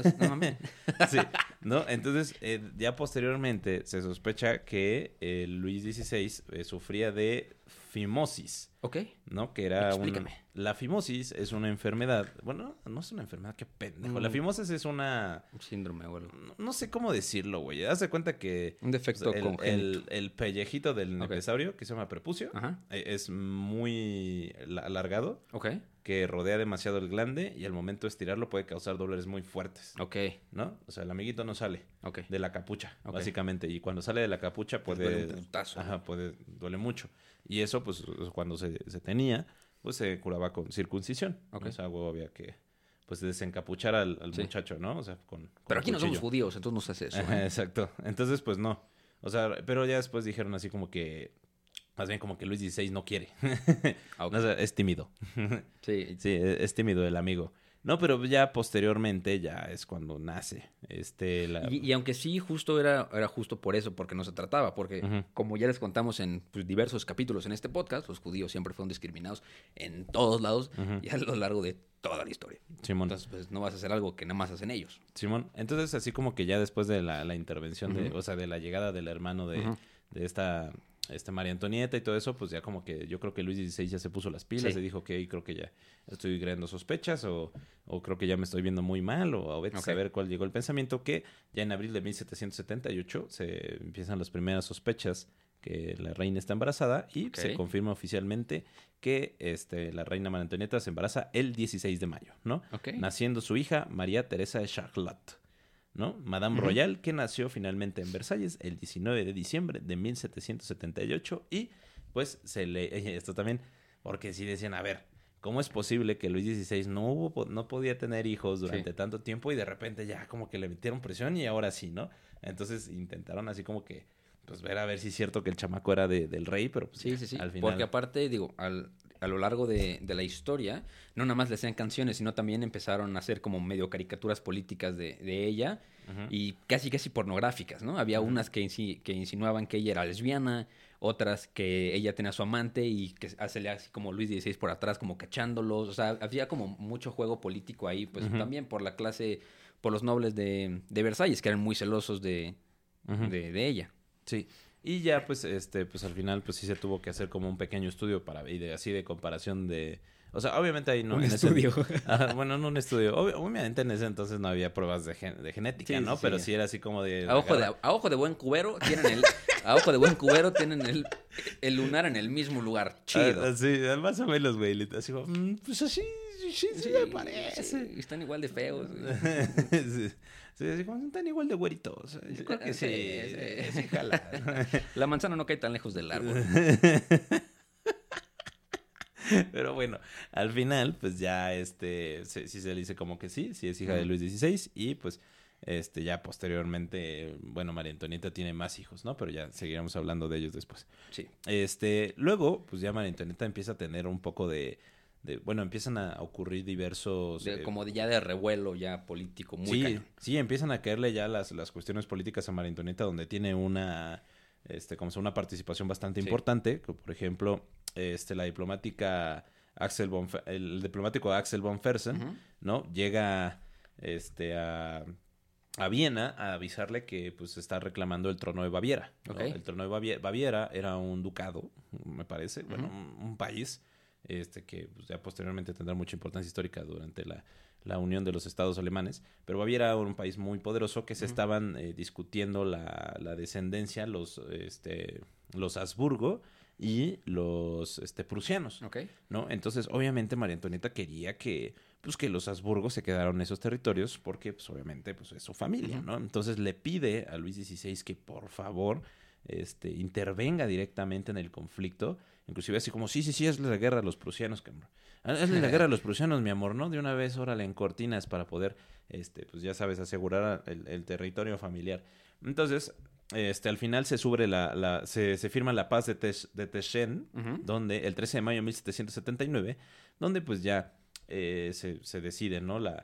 Sí, ¿no? Entonces, ya posteriormente se sospecha que Luis XVI sufría de fimosis. Ok. ¿No? Que era Explícame. La fimosis es una enfermedad... Bueno, no es una enfermedad, qué pendejo. La fimosis es un síndrome o algo. No sé cómo decirlo, güey. Haz de cuenta que... Un defecto congénito. El pellejito del necesaurio, que se llama prepucio, es muy alargado. Ok. Que rodea demasiado el glande y al momento de estirarlo puede causar dolores muy fuertes. Ok. ¿No? O sea, el amiguito no sale de la capucha, básicamente. Y cuando sale de la capucha puede... Duele un putazo. Duele mucho. Y eso, pues, cuando se tenía, pues se curaba con circuncisión. O sea, había que, pues, desencapuchar al muchacho, ¿no? O sea, pero aquí no somos judíos, entonces no se hace eso. Exacto. Entonces, pues, no. O sea, pero ya después dijeron así como que... Más bien como que Luis XVI no quiere. O sea, es tímido. Sí. Sí, es tímido el amigo. No, pero ya posteriormente ya es cuando nace. Y aunque sí, justo era justo por eso, porque no se trataba. Porque como ya les contamos en diversos capítulos en este podcast, los judíos siempre fueron discriminados en todos lados y a lo largo de toda la historia. Simón. Entonces, pues no vas a hacer algo que nada más hacen ellos. Simón. Entonces, así como que ya después de la intervención o sea, de la llegada del hermano de esta María Antonieta y todo eso, pues ya como que yo creo que Luis XVI ya se puso las pilas y dijo, ok, creo que ya estoy creando sospechas o creo que ya me estoy viendo muy mal o vete a saber cuál llegó el pensamiento, que ya en abril de 1778 se empiezan las primeras sospechas que la reina está embarazada y se confirma oficialmente que la reina María Antonieta se embaraza el 16 de mayo, ¿no? Naciendo su hija María Teresa de Charlotte, ¿no? Madame Royal, que nació finalmente en Versalles el 19 de diciembre de 1778 y pues esto también, porque sí decían, a ver, ¿cómo es posible que Luis XVI no podía tener hijos durante tanto tiempo y de repente ya como que le metieron presión y ahora sí, ¿no? Entonces intentaron así como que pues ver a ver si es cierto que el chamaco era del rey, pero pues sí. Al final... Porque aparte, digo, a lo largo de la historia, no nada más le hacían canciones, sino también empezaron a hacer como medio caricaturas políticas de ella y casi pornográficas, ¿no? Había unas que insinuaban que ella era lesbiana, otras que ella tenía a su amante y que hacía así como Luis XVI por atrás, como cachándolos. O sea, había como mucho juego político ahí, pues también por la clase, por los nobles de Versalles, que eran muy celosos de ella. Sí. Y ya, pues, pues al final, pues sí se tuvo que hacer como un pequeño estudio así de comparación de... O sea, obviamente ahí no... Un estudio. Bueno, no un estudio. Obviamente en ese entonces no había pruebas de genética, ¿no? Pero sí era así como de... A ojo de buen cubero tienen el lunar en el mismo lugar. Chido. Sí, más o menos, güey. Así como, pues así, sí me parece. Sí, están igual de feos. Sí, así como están igual de güeritos. Yo creo que sí jala. La manzana no cae tan lejos del árbol. Pero bueno, al final, pues ya sí se le dice como que sí es hija de Luis XVI y pues ya posteriormente, bueno, María Antonieta tiene más hijos, ¿no? Pero ya seguiremos hablando de ellos después. Sí. Luego, pues ya María Antonieta empieza a tener un poco bueno, empiezan a ocurrir diversos... como ya de revuelo ya político, muy cañón. Sí, empiezan a caerle ya las cuestiones políticas a María Antonieta, donde tiene una participación bastante importante, como por ejemplo, la diplomática el diplomático Axel von Fersen, ¿no? Llega a Viena a avisarle que pues está reclamando el trono de Baviera, ¿no? Okay. El trono de Baviera era un ducado, me parece, bueno, un país que pues, ya posteriormente tendrá mucha importancia histórica durante la unión de los estados alemanes, pero Baviera era un país muy poderoso que se estaban discutiendo la descendencia, los Habsburgo y los prusianos, Okay. ¿no? Entonces, obviamente, María Antonieta quería que los Habsburgo se quedaran en esos territorios porque, pues, obviamente, pues, es su familia, ¿no? Entonces, le pide a Luis XVI que, por favor, intervenga directamente en el conflicto, inclusive así como, sí, es la guerra de los prusianos, cabrón. Es la guerra de los prusianos, mi amor, ¿no? De una vez, órale, en cortinas para poder, pues, ya sabes, asegurar el territorio familiar. Entonces... al final se se firma la paz de Teschen, donde el 13 de mayo de 1779, donde pues ya se decide, ¿no? la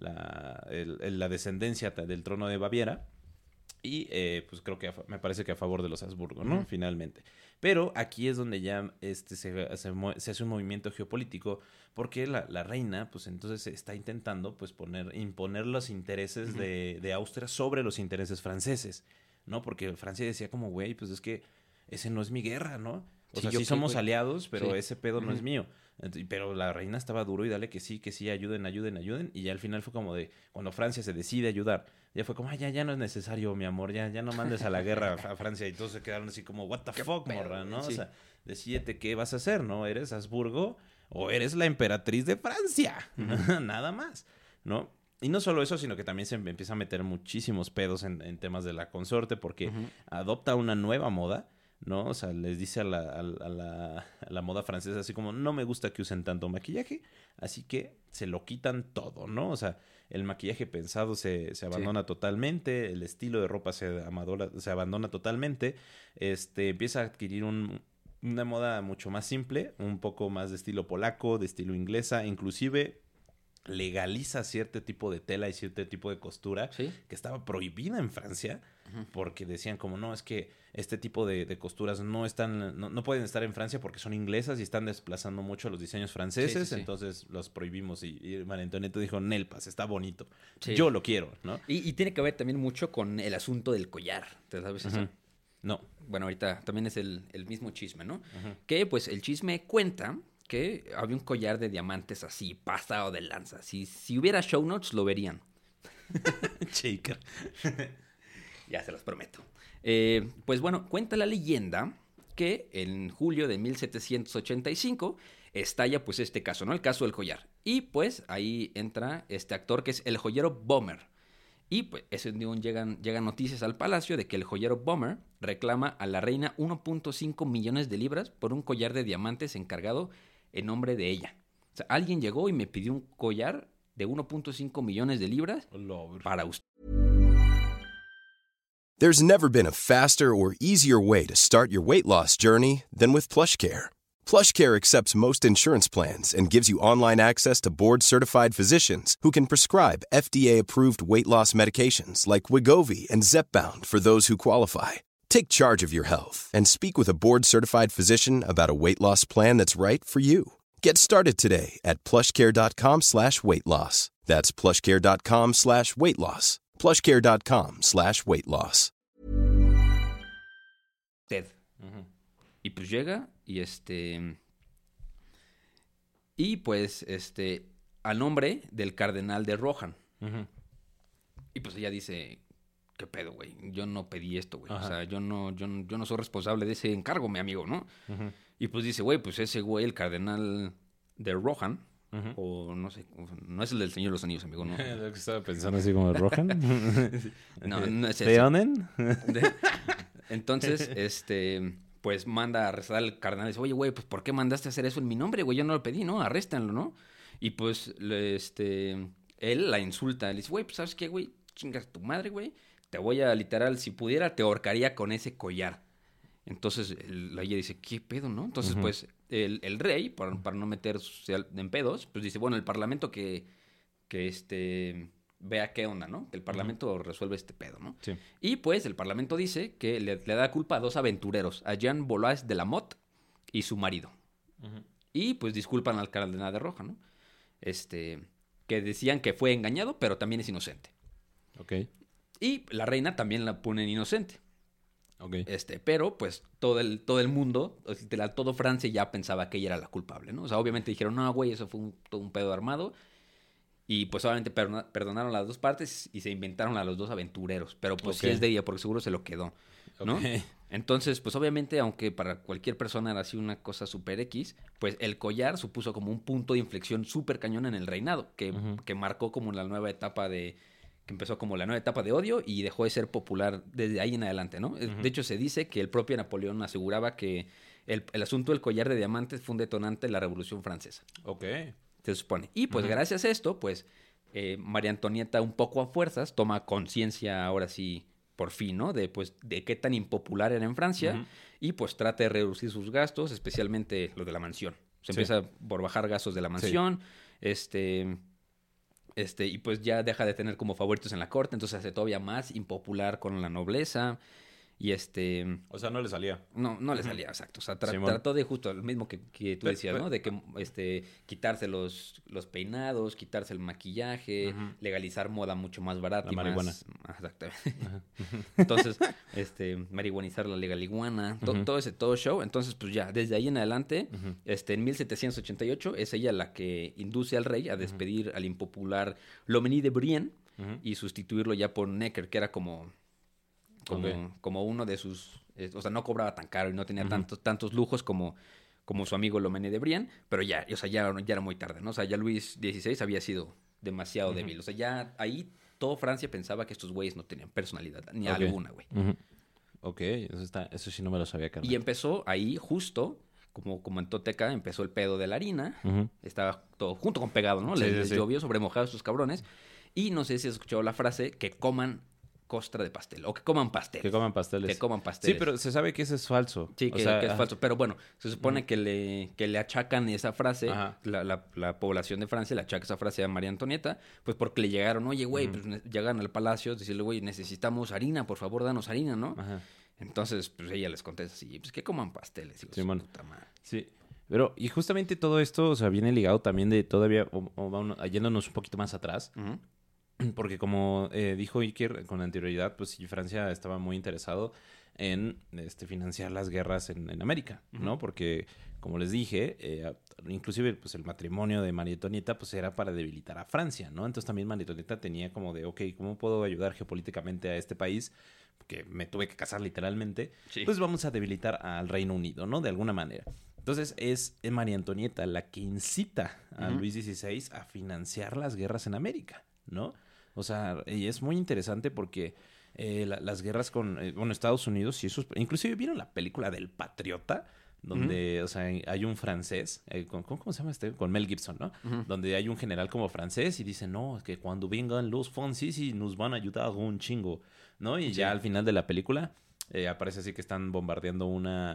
descendencia del trono de Baviera y pues creo que me parece que a favor de los Habsburgo, ¿no? Finalmente. Pero aquí es donde ya se hace un movimiento geopolítico porque la reina pues entonces está intentando pues imponer los intereses de Austria sobre los intereses franceses, ¿no? Porque Francia decía como, güey, pues es que ese no es mi guerra, ¿no? O sea, sí somos aliados, pero ese pedo no es mío. Pero la reina estaba duro y dale que sí, ayuden. Y ya al final fue como de, cuando Francia se decide ayudar, ya fue como, ya no es necesario, mi amor, ya no mandes a la guerra a Francia. Y todos se quedaron así como, what the fuck, morra, ¿no? Sí. O sea, decídete qué vas a hacer, ¿no? ¿Eres Habsburgo o eres la emperatriz de Francia? Nada más, ¿no? Y no solo eso, sino que también se empieza a meter muchísimos pedos en temas de la consorte porque adopta una nueva moda, ¿no? O sea, les dice a la moda francesa así como, no me gusta que usen tanto maquillaje, así que se lo quitan todo, ¿no? O sea, el maquillaje pensado se abandona totalmente, el estilo de ropa se abandona totalmente, empieza a adquirir una moda mucho más simple, un poco más de estilo polaco, de estilo inglesa, inclusive... legaliza cierto tipo de tela y cierto tipo de costura que estaba prohibida en Francia porque decían como no, es que este tipo de costuras no pueden estar en Francia porque son inglesas y están desplazando mucho los diseños franceses, entonces los prohibimos y María Antonieta dijo, Nelpas, está bonito, yo lo quiero, ¿no? Y tiene que ver también mucho con el asunto del collar, ¿te sabes eso? No. Bueno, ahorita también es el mismo chisme, ¿no? Que pues el chisme cuenta que había un collar de diamantes así, pasado de lanza. Si hubiera show notes, lo verían. Chica. Ya se los prometo. Pues bueno, cuenta la leyenda que en julio de 1785 estalla pues este caso, ¿no? El caso del collar. Y pues ahí entra este actor que es el joyero Bomer. Y pues ese día llegan noticias al palacio de que el joyero Bomer reclama a la reina 1.5 millones de libras por un collar de diamantes encargado en nombre de ella. O sea, alguien llegó y me pidió un collar de 1.5 millones de libras para usted. There's never been a faster or easier way to start your weight loss journey than with PlushCare. PlushCare accepts most insurance plans and gives you online access to board-certified physicians who can prescribe FDA-approved weight loss medications like Wegovy and Zepbound for those who qualify. Take charge of your health and speak with a board-certified physician about a weight loss plan that's right for you. Get started today at plushcare.com/weight loss. That's plushcare.com/weight loss. plushcare.com/weight loss. Ted. Y pues llega y pues a nombre del cardenal de Rohan. Y pues ella dice, ¿qué pedo, güey? Yo no pedí esto, güey. O sea, yo no soy responsable de ese encargo, mi amigo, ¿no? Y pues dice, güey, pues ese güey, el cardenal de Rohan, o no sé, no es el del Señor de los Anillos, amigo, ¿no? Lo que estaba pensando así como de Rohan. No es ese. ¿Leonen? Entonces, pues manda a arrestar al cardenal y dice, oye, güey, pues ¿por qué mandaste a hacer eso en mi nombre, güey? Yo no lo pedí, ¿no? Arréstanlo, ¿no? Y pues, él la insulta. Le dice, güey, pues ¿sabes qué, güey? Chingas tu madre, güey. Te voy a, literal, si pudiera, te ahorcaría con ese collar. Entonces, ella dice, ¿qué pedo, no? Entonces, pues, el rey, para no meterse en pedos, pues dice, bueno, el parlamento que vea qué onda, ¿no? Que el parlamento resuelve este pedo, ¿no? Sí. Y pues el parlamento dice que le da culpa a dos aventureros, a Jean Bolois de la Motte y su marido. Y pues disculpan al cardenal de Rohan, ¿no? Que decían que fue engañado, pero también es inocente. Ok. Y la reina también la ponen inocente. Ok. Pero pues todo el mundo, literal, todo Francia ya pensaba que ella era la culpable, ¿no? O sea, obviamente dijeron, no, güey, eso fue todo un pedo armado. Y pues obviamente perdonaron las dos partes y se inventaron a los dos aventureros. Pero pues sí es de ella, porque seguro se lo quedó, ¿no? Okay. Entonces, pues obviamente, aunque para cualquier persona era así una cosa super X, pues el collar supuso como un punto de inflexión súper cañón en el reinado, que marcó como la nueva etapa que empezó como la nueva etapa de odio y dejó de ser popular desde ahí en adelante, ¿no? De hecho, se dice que el propio Napoleón aseguraba que el asunto del collar de diamantes fue un detonante de la Revolución Francesa. Ok. Se supone. Y pues gracias a esto, pues María Antonieta un poco a fuerzas toma conciencia ahora sí, por fin, ¿no? De qué tan impopular era en Francia y pues trata de reducir sus gastos, especialmente los de la mansión. Se empieza por bajar gastos de la mansión, y pues ya deja de tener como favoritos en la corte, entonces se hace todavía más impopular con la nobleza. Y O sea, no le salía. No le salía, exacto. O sea, trató de justo lo mismo que tú decías, ¿no? De que quitarse los peinados, quitarse el maquillaje, legalizar moda mucho más barata. La marihuana. Exactamente. Entonces, marihuanizar la legaliguana, todo show. Entonces, pues ya, desde ahí en adelante, en 1788, es ella la que induce al rey a despedir al impopular Loménie de Brienne y sustituirlo ya por Necker, que era como uno de sus... o sea, no cobraba tan caro y no tenía tantos lujos como su amigo Loménie de Brienne, pero ya era muy tarde, ¿no? O sea, ya Luis XVI había sido demasiado débil. O sea, ya ahí todo Francia pensaba que estos güeyes no tenían personalidad, ni alguna, güey. Ok, eso sí no me lo sabía, carnal. Y empezó ahí justo, como comentó Teca, empezó el pedo de la harina. Estaba todo junto con pegado, ¿no? Les llovió sobre mojado a estos cabrones. Y no sé si has escuchado la frase, que coman costra de pastel, o que coman pasteles. Que coman pasteles. Que coman pasteles. Sí, pero se sabe que eso es falso. Sí, que es falso. Pero bueno, se supone que le achacan esa frase, la población de Francia le achaca esa frase a María Antonieta, pues porque le llegaron, oye, güey, pues llegan al palacio, decirle, güey, necesitamos harina, por favor, danos harina, ¿no? Entonces, pues ella les contesta así, pues que coman pasteles. Sí, sí. Pero, y justamente todo esto, o sea, viene ligado también de todavía, yéndonos un poquito más atrás, porque como dijo Iker con anterioridad, pues sí, Francia estaba muy interesado en financiar las guerras en América, ¿no? Porque, como les dije, inclusive pues el matrimonio de María Antonieta pues era para debilitar a Francia, ¿no? Entonces también María Antonieta tenía como de, ok, ¿cómo puedo ayudar geopolíticamente a este país? Que me tuve que casar literalmente. Sí. Pues vamos a debilitar al Reino Unido, ¿no? De alguna manera. Entonces es María Antonieta la que incita a Luis XVI a financiar las guerras en América, ¿no? O sea, y es muy interesante porque las guerras con Estados Unidos y esos... Inclusive vieron la película del Patriota, donde, o sea, hay un francés, ¿cómo se llama con Mel Gibson, ¿no? Donde hay un general como francés y dice, no, es que cuando vengan los franceses nos van a ayudar un chingo, ¿no? Y ya al final de la película aparece así que están bombardeando una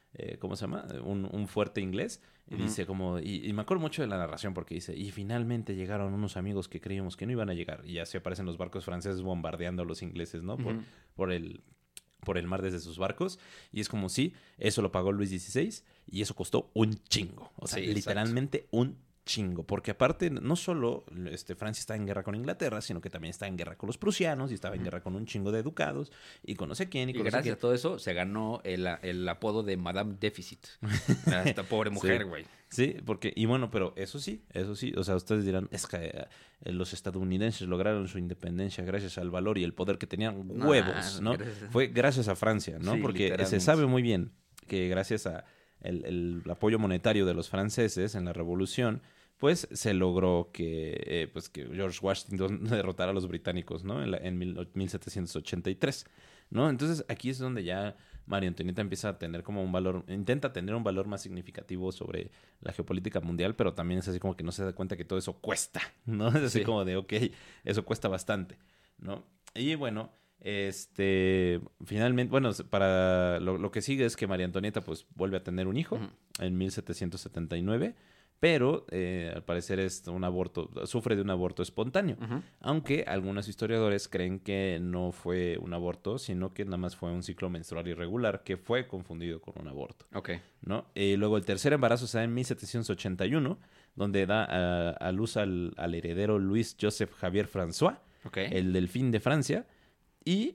¿cómo se llama? Un fuerte inglés. Y dice como... Y me acuerdo mucho de la narración porque dice... Y finalmente llegaron unos amigos que creíamos que no iban a llegar. Y ya se aparecen los barcos franceses bombardeando a los ingleses, ¿no? Por el mar desde sus barcos. Y es como, sí, eso lo pagó Luis XVI. Y eso costó un chingo. O sea, sí, literalmente un chingo. Porque aparte, no solo Francia está en guerra con Inglaterra, sino que también está en guerra con los prusianos y estaba en guerra con un chingo de ducados y con no sé quién. Y gracias a todo eso se ganó el apodo de Madame Déficit. Esta pobre mujer, güey. Sí, porque, y bueno, pero eso sí, o sea, ustedes dirán, es que los estadounidenses lograron su independencia gracias al valor y el poder que tenían huevos, ¿no? Fue gracias a Francia, ¿no? Sí, porque se sabe muy bien que gracias a el apoyo monetario de los franceses en la revolución, pues se logró que George Washington derrotara a los británicos, ¿no? En 1783, ¿no? Entonces aquí es donde ya María Antonieta empieza a tener como un valor, intenta tener un valor más significativo sobre la geopolítica mundial, pero también es así como que no se da cuenta que todo eso cuesta, ¿no? Es así como de, ok, eso cuesta bastante, ¿no? Y bueno, finalmente, bueno, para lo que sigue es que María Antonieta pues vuelve a tener un hijo en 1779, pero al parecer sufre de un aborto espontáneo, aunque algunos historiadores creen que no fue un aborto, sino que nada más fue un ciclo menstrual irregular que fue confundido con un aborto. Okay. ¿No? Luego el tercer embarazo se da en 1781, donde da a luz al heredero Luis Joseph Javier François, el delfín de Francia, y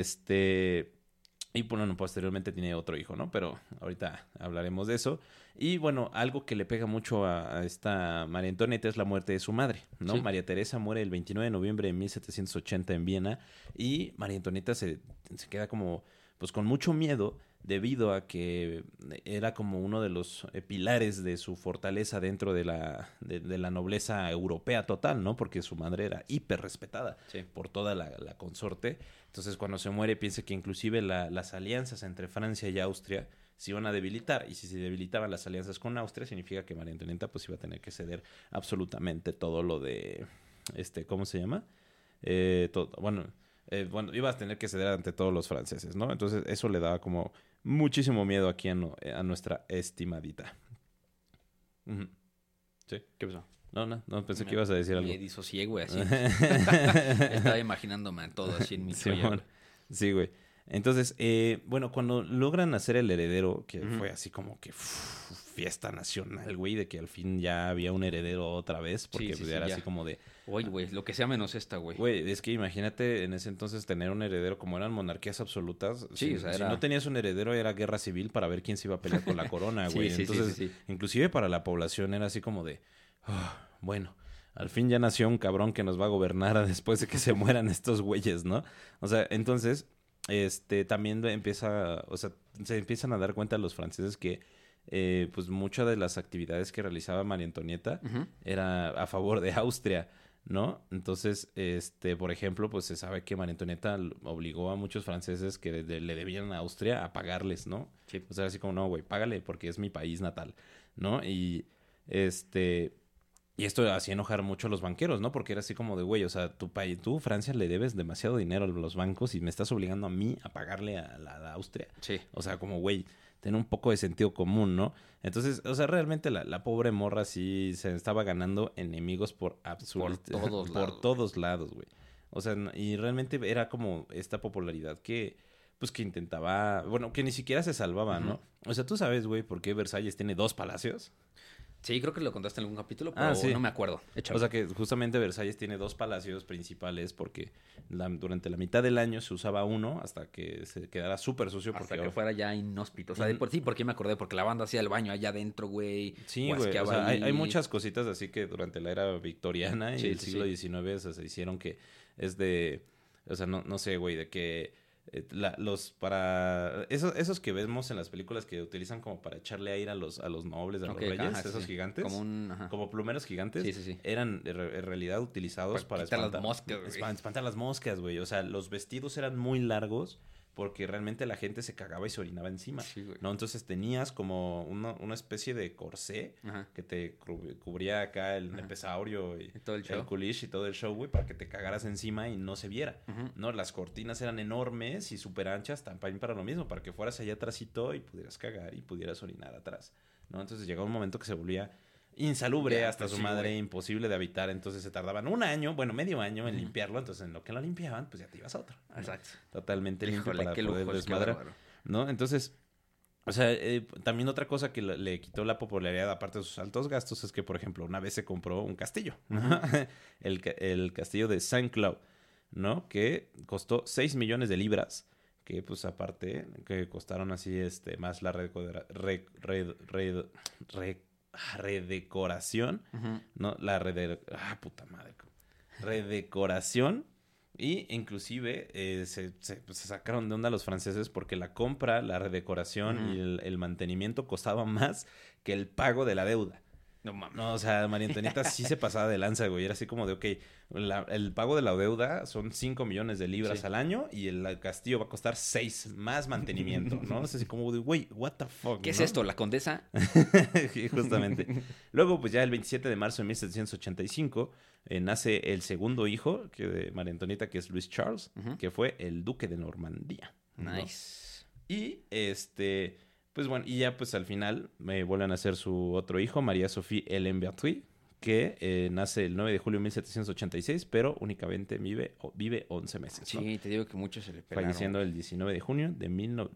bueno, posteriormente tiene otro hijo, ¿no? Pero ahorita hablaremos de eso. Y bueno, algo que le pega mucho a esta María Antonieta es la muerte de su madre, ¿no? Sí. María Teresa muere el 29 de noviembre de 1780 en Viena y María Antonieta se queda como, pues con mucho miedo debido a que era como uno de los pilares de su fortaleza dentro de la nobleza europea total, ¿no? Porque su madre era hiper respetada por toda la consorte. Entonces, cuando se muere, piensa que inclusive las alianzas entre Francia y Austria se iban a debilitar. Y si se debilitaban las alianzas con Austria, significa que María Antonieta pues iba a tener que ceder absolutamente todo lo de... ¿cómo se llama? Iba a tener que ceder ante todos los franceses, ¿no? Entonces, eso le daba como muchísimo miedo aquí a nuestra estimadita. ¿Sí? ¿Qué pasó? No, pensé que ibas a decir algo. Me disocié, güey, así. Estaba imaginándome todo así en mi Sí, güey. Entonces, bueno, cuando logran hacer el heredero, que fue así como que fiesta nacional, güey, de que al fin ya había un heredero otra vez, porque era así como de... Oye, güey, lo que sea menos esta, güey. Güey, es que imagínate en ese entonces tener un heredero como eran monarquías absolutas. Sí, si no tenías un heredero era guerra civil para ver quién se iba a pelear con la corona, güey. Entonces, inclusive para la población era así como de... bueno, al fin ya nació un cabrón que nos va a gobernar después de que se mueran estos güeyes, ¿no? O sea, entonces... también se empiezan a dar cuenta los franceses que pues muchas de las actividades que realizaba María Antonieta era a favor de Austria, ¿no? Entonces, por ejemplo, pues se sabe que María Antonieta obligó a muchos franceses que le debían a Austria a pagarles, ¿no? Sí. O sea, así como, no, güey, págale porque es mi país natal, ¿no? Y esto hacía enojar mucho a los banqueros, ¿no? Porque era así como de, güey, o sea, tú, Francia, le debes demasiado dinero a los bancos y me estás obligando a mí a pagarle a la Austria. Sí. O sea, como, güey, ten un poco de sentido común, ¿no? Entonces, o sea, realmente la pobre morra sí se estaba ganando enemigos por todos lados, güey. O sea, y realmente era como esta popularidad que intentaba... Bueno, que ni siquiera se salvaba, ¿no? O sea, tú sabes, güey, por qué Versalles tiene 2 palacios. Sí, creo que lo contaste en algún capítulo, pero no me acuerdo. Échalo. O sea que justamente Versalles tiene 2 palacios principales porque durante la mitad del año se usaba uno hasta que se quedara súper sucio. Hasta que fuera ya inhóspito. O sea, porque me acordé, porque la banda hacía el baño allá adentro, güey. Sí, güey. O sea, hay muchas cositas así que durante la era victoriana y el siglo XIX o sea, se hicieron que es de... O sea, no sé, güey, de que... esos que vemos en las películas que utilizan como para echarle aire a los nobles, a los reyes, esos gigantes, como plumeros gigantes, eran en realidad utilizados para espantar las moscas, güey. Espantar las moscas, güey. O sea, los vestidos eran muy largos porque realmente la gente se cagaba y se orinaba encima, Sí, güey. ¿no? Entonces tenías como una especie de corsé Ajá. que te cubría acá el Ajá. nepesaurio y Y todo el show. culish y todo el show, güey, para que te cagaras encima y no se viera, Ujú. ¿no? Las cortinas eran enormes y súper anchas también para lo mismo, para que fueras allá atrásito y pudieras cagar y pudieras orinar atrás, ¿no? Entonces llegaba un momento que se volvía insalubre Ya, hasta pues su sí, madre, güey. imposible de habitar, entonces se tardaban un año, bueno, medio año en limpiarlo, entonces en lo que lo limpiaban, pues ya te ibas a otro, ¿no? Exacto. Totalmente limpio Híjole, para qué poder lujo, qué desmadrar, bárbaro. ¿no? Entonces, o sea, también otra cosa que le quitó la popularidad, aparte de sus altos gastos, es que, por ejemplo, una vez se compró un castillo, ¿no? el castillo de Saint-Cloud, ¿no? Que costó 6 millones de libras, que pues aparte, que costaron así, más la redecoración, Ujú. ¿no? Puta madre. Redecoración. Y inclusive pues, se sacaron de onda los franceses porque la compra, la redecoración y el mantenimiento costaba más que el pago de la deuda. No mames. No, o sea, María Antonieta sí se pasaba de lanza, güey. Era así como de, ok, el pago de la deuda son 5 millones de libras Sí. al año y el castillo va a costar 6 más mantenimiento, ¿no? Es así como de, güey, what the fuck, ¿Qué es ¿no? esto, la condesa? Sí, justamente. Luego, pues ya el 27 de marzo de 1785 nace el segundo hijo de María Antonieta, que es Luis Charles, Ujú. que fue el duque de Normandía, ¿no? Nice. Y pues bueno, y ya pues al final me vuelven a nacer su otro hijo, María Sophie Hélène Berthoud, que nace el 9 de julio de 1786, pero únicamente vive 11 meses, ¿no? Sí, te digo que muchos se le pelaron. Falleciendo el 19 de junio de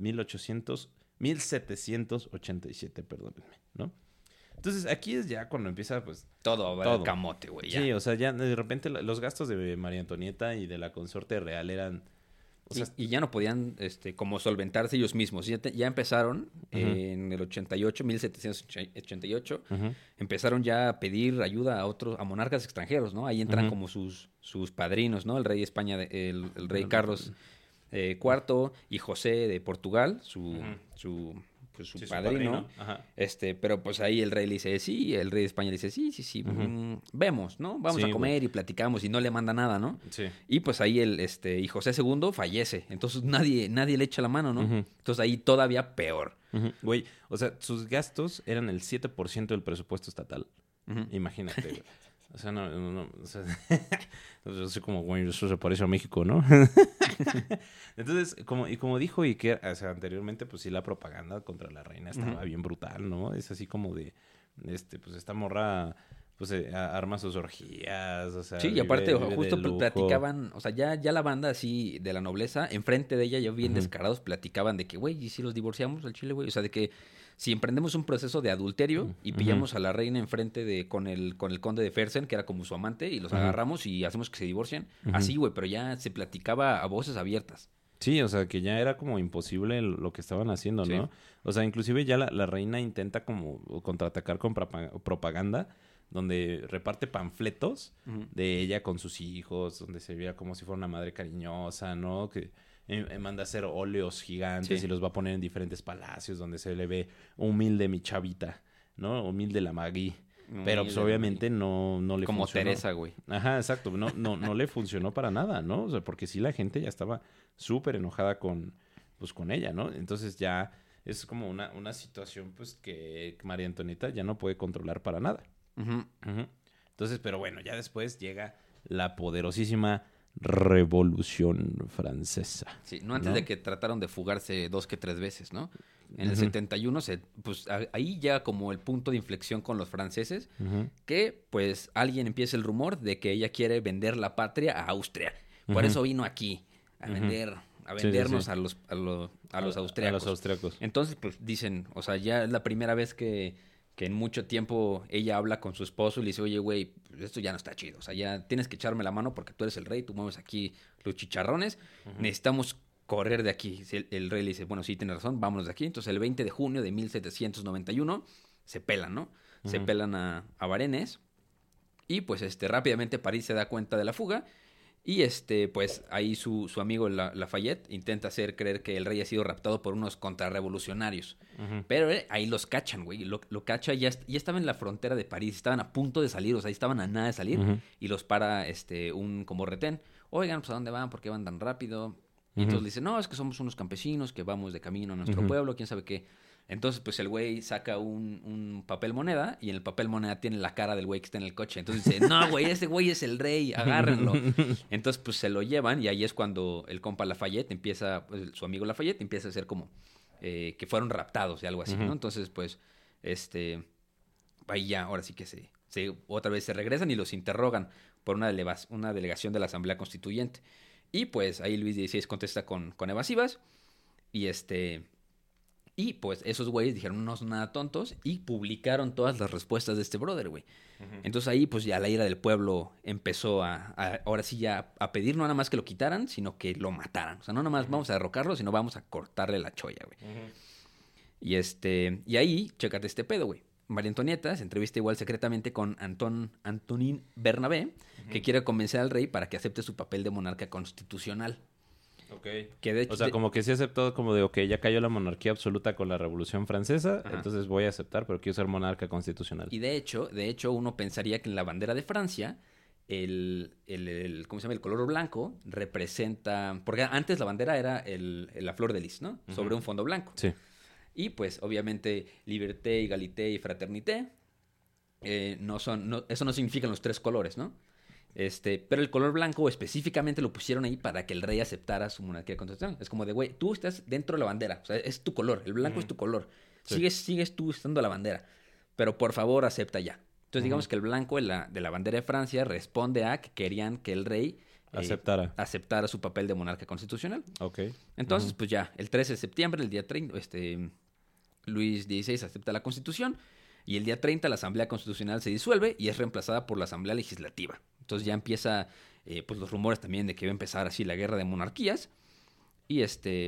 1787, perdónenme, ¿no? Entonces aquí es ya cuando empieza pues Todo, ¿verdad? todo. Camote, güey. Ya. Sí, o sea, ya de repente los gastos de María Antonieta y de la consorte real eran... O sea, y ya no podían como solventarse ellos mismos. Ya empezaron en el 1788, ujú, empezaron ya a pedir ayuda a monarcas extranjeros, ¿no? Ahí entran Ujú. como sus padrinos, ¿no? El rey de España, el rey Carlos IV y José de Portugal, su sí, su padrino. Ajá. Pero pues ahí el rey le dice, sí, el rey de España le dice, sí, vemos, ¿no? Vamos Sí, a comer y platicamos y no le manda nada, ¿no? Sí. Y pues ahí y José II fallece, entonces nadie le echa la mano, ¿no? Ujú. Entonces ahí todavía peor. Ujú. Güey, o sea, sus gastos eran el 7% del presupuesto estatal. Ujú. Imagínate, güey. O sea, no, o sea, yo soy como, güey, eso se parece a México, ¿no? Entonces, como dijo Iker, o sea, anteriormente, pues sí, la propaganda contra la reina estaba bien brutal, ¿no? Es así como de, pues esta morra, pues arma sus orgías, o sea, Sí, y aparte vive justo de lujo. platicaban, o sea, ya la banda así de la nobleza, enfrente de ella, ya bien descarados, platicaban de que, güey, ¿y si los divorciamos al chile, güey? O sea, de que si emprendemos un proceso de adulterio y pillamos a la reina enfrente con el conde de Fersen, que era como su amante, y los agarramos y hacemos que se divorcien, así, güey, pero ya se platicaba a voces abiertas. Sí, o sea, que ya era como imposible lo que estaban haciendo, Sí. ¿no? O sea, inclusive ya la reina intenta como contraatacar con propaganda, donde reparte panfletos de ella con sus hijos, donde se veía como si fuera una madre cariñosa, ¿no? Que manda a hacer óleos gigantes Sí. y los va a poner en diferentes palacios, donde se le ve humilde mi chavita, ¿no? Humilde la Magui. Pero pues Humilde, obviamente no le como funcionó. Teresa, güey. Ajá, exacto. No le funcionó para nada, ¿no? O sea, porque sí la gente ya estaba súper enojada con ella, ¿no? Entonces ya es como una situación, pues, que María Antonieta ya no puede controlar para nada. Ujú. Ujú. Entonces, pero bueno, ya después llega la poderosísima Revolución Francesa. Sí, no antes ¿no? de que trataron de fugarse 2 que 3 veces, ¿no? En el 71, pues ahí ya como el punto de inflexión con los franceses, Ujú. que pues alguien empieza el rumor de que ella quiere vender la patria a Austria. Por eso vino aquí a vendernos sí. a los austriacos. A los austriacos. Entonces, pues dicen, o sea, ya es la primera vez que en mucho tiempo ella habla con su esposo y le dice, oye, güey, esto ya no está chido. O sea, ya tienes que echarme la mano porque tú eres el rey, tú mueves aquí los chicharrones. Necesitamos correr de aquí. El rey le dice, bueno, sí, tienes razón, vámonos de aquí. Entonces, el 20 de junio de 1791 se pelan, ¿no? Se pelan a Varennes. Y, pues, rápidamente París se da cuenta de la fuga. Y, pues, ahí su amigo Lafayette intenta hacer creer que el rey ha sido raptado por unos contrarrevolucionarios. Pero ahí los cachan, güey. Lo cacha, ya estaba en la frontera de París. Estaban a punto de salir, o sea, estaban a nada de salir. Y los para un como retén. Oigan, pues, ¿a dónde van? ¿Por qué van tan rápido? Y entonces le dicen, no, es que somos unos campesinos que vamos de camino a nuestro pueblo, quién sabe qué. Entonces, pues el güey saca un papel moneda y en el papel moneda tiene la cara del güey que está en el coche. Entonces dice, no, güey, ese güey es el rey, agárrenlo. Entonces, pues se lo llevan y ahí es cuando el compa Lafayette empieza, pues, su amigo Lafayette empieza a hacer como que fueron raptados y algo así, ¿no? Entonces, pues, ahí ya, ahora sí que otra vez se regresan y los interrogan por una delegación de la Asamblea Constituyente. Y pues ahí Luis XVI contesta con evasivas y pues esos güeyes dijeron no son nada tontos y publicaron todas las respuestas de este brother, güey. Entonces ahí pues ya la ira del pueblo empezó ahora sí ya a pedir no nada más que lo quitaran, sino que lo mataran. O sea, no nada más vamos a derrocarlo, sino vamos a cortarle la cholla, güey. Y ahí, chécate este pedo, güey. María Antonieta se entrevista igual secretamente con Antonin Bernabé, que quiere convencer al rey para que acepte su papel de monarca constitucional. Ok. Que de hecho, o sea, como que sí aceptó como de, ok, ya cayó la monarquía absoluta con la Revolución Francesa, entonces voy a aceptar, pero quiero ser monarca constitucional. Y de hecho, uno pensaría que en la bandera de Francia, ¿cómo se llama? El color blanco representa... Porque antes la bandera era la flor de lis, ¿no? Sobre un fondo blanco. Sí. Y pues, obviamente, liberté, égalité y fraternité, eso no significan los tres colores, ¿no? Pero el color blanco específicamente lo pusieron ahí para que el rey aceptara su monarquía constitucional. Es como de, güey, tú estás dentro de la bandera. O sea, es tu color. El blanco es tu color. Sí. Sigues tú estando la bandera. Pero por favor, acepta ya. Entonces, digamos que el blanco de la bandera de Francia responde a que querían que el rey aceptara su papel de monarca constitucional. Ok. Entonces, pues ya, el 13 de septiembre, el día 30, Luis XVI acepta la Constitución. Y el día 30 la Asamblea Constitucional se disuelve y es reemplazada por la Asamblea Legislativa. Entonces ya empieza pues los rumores también de que va a empezar así la guerra de monarquías. Y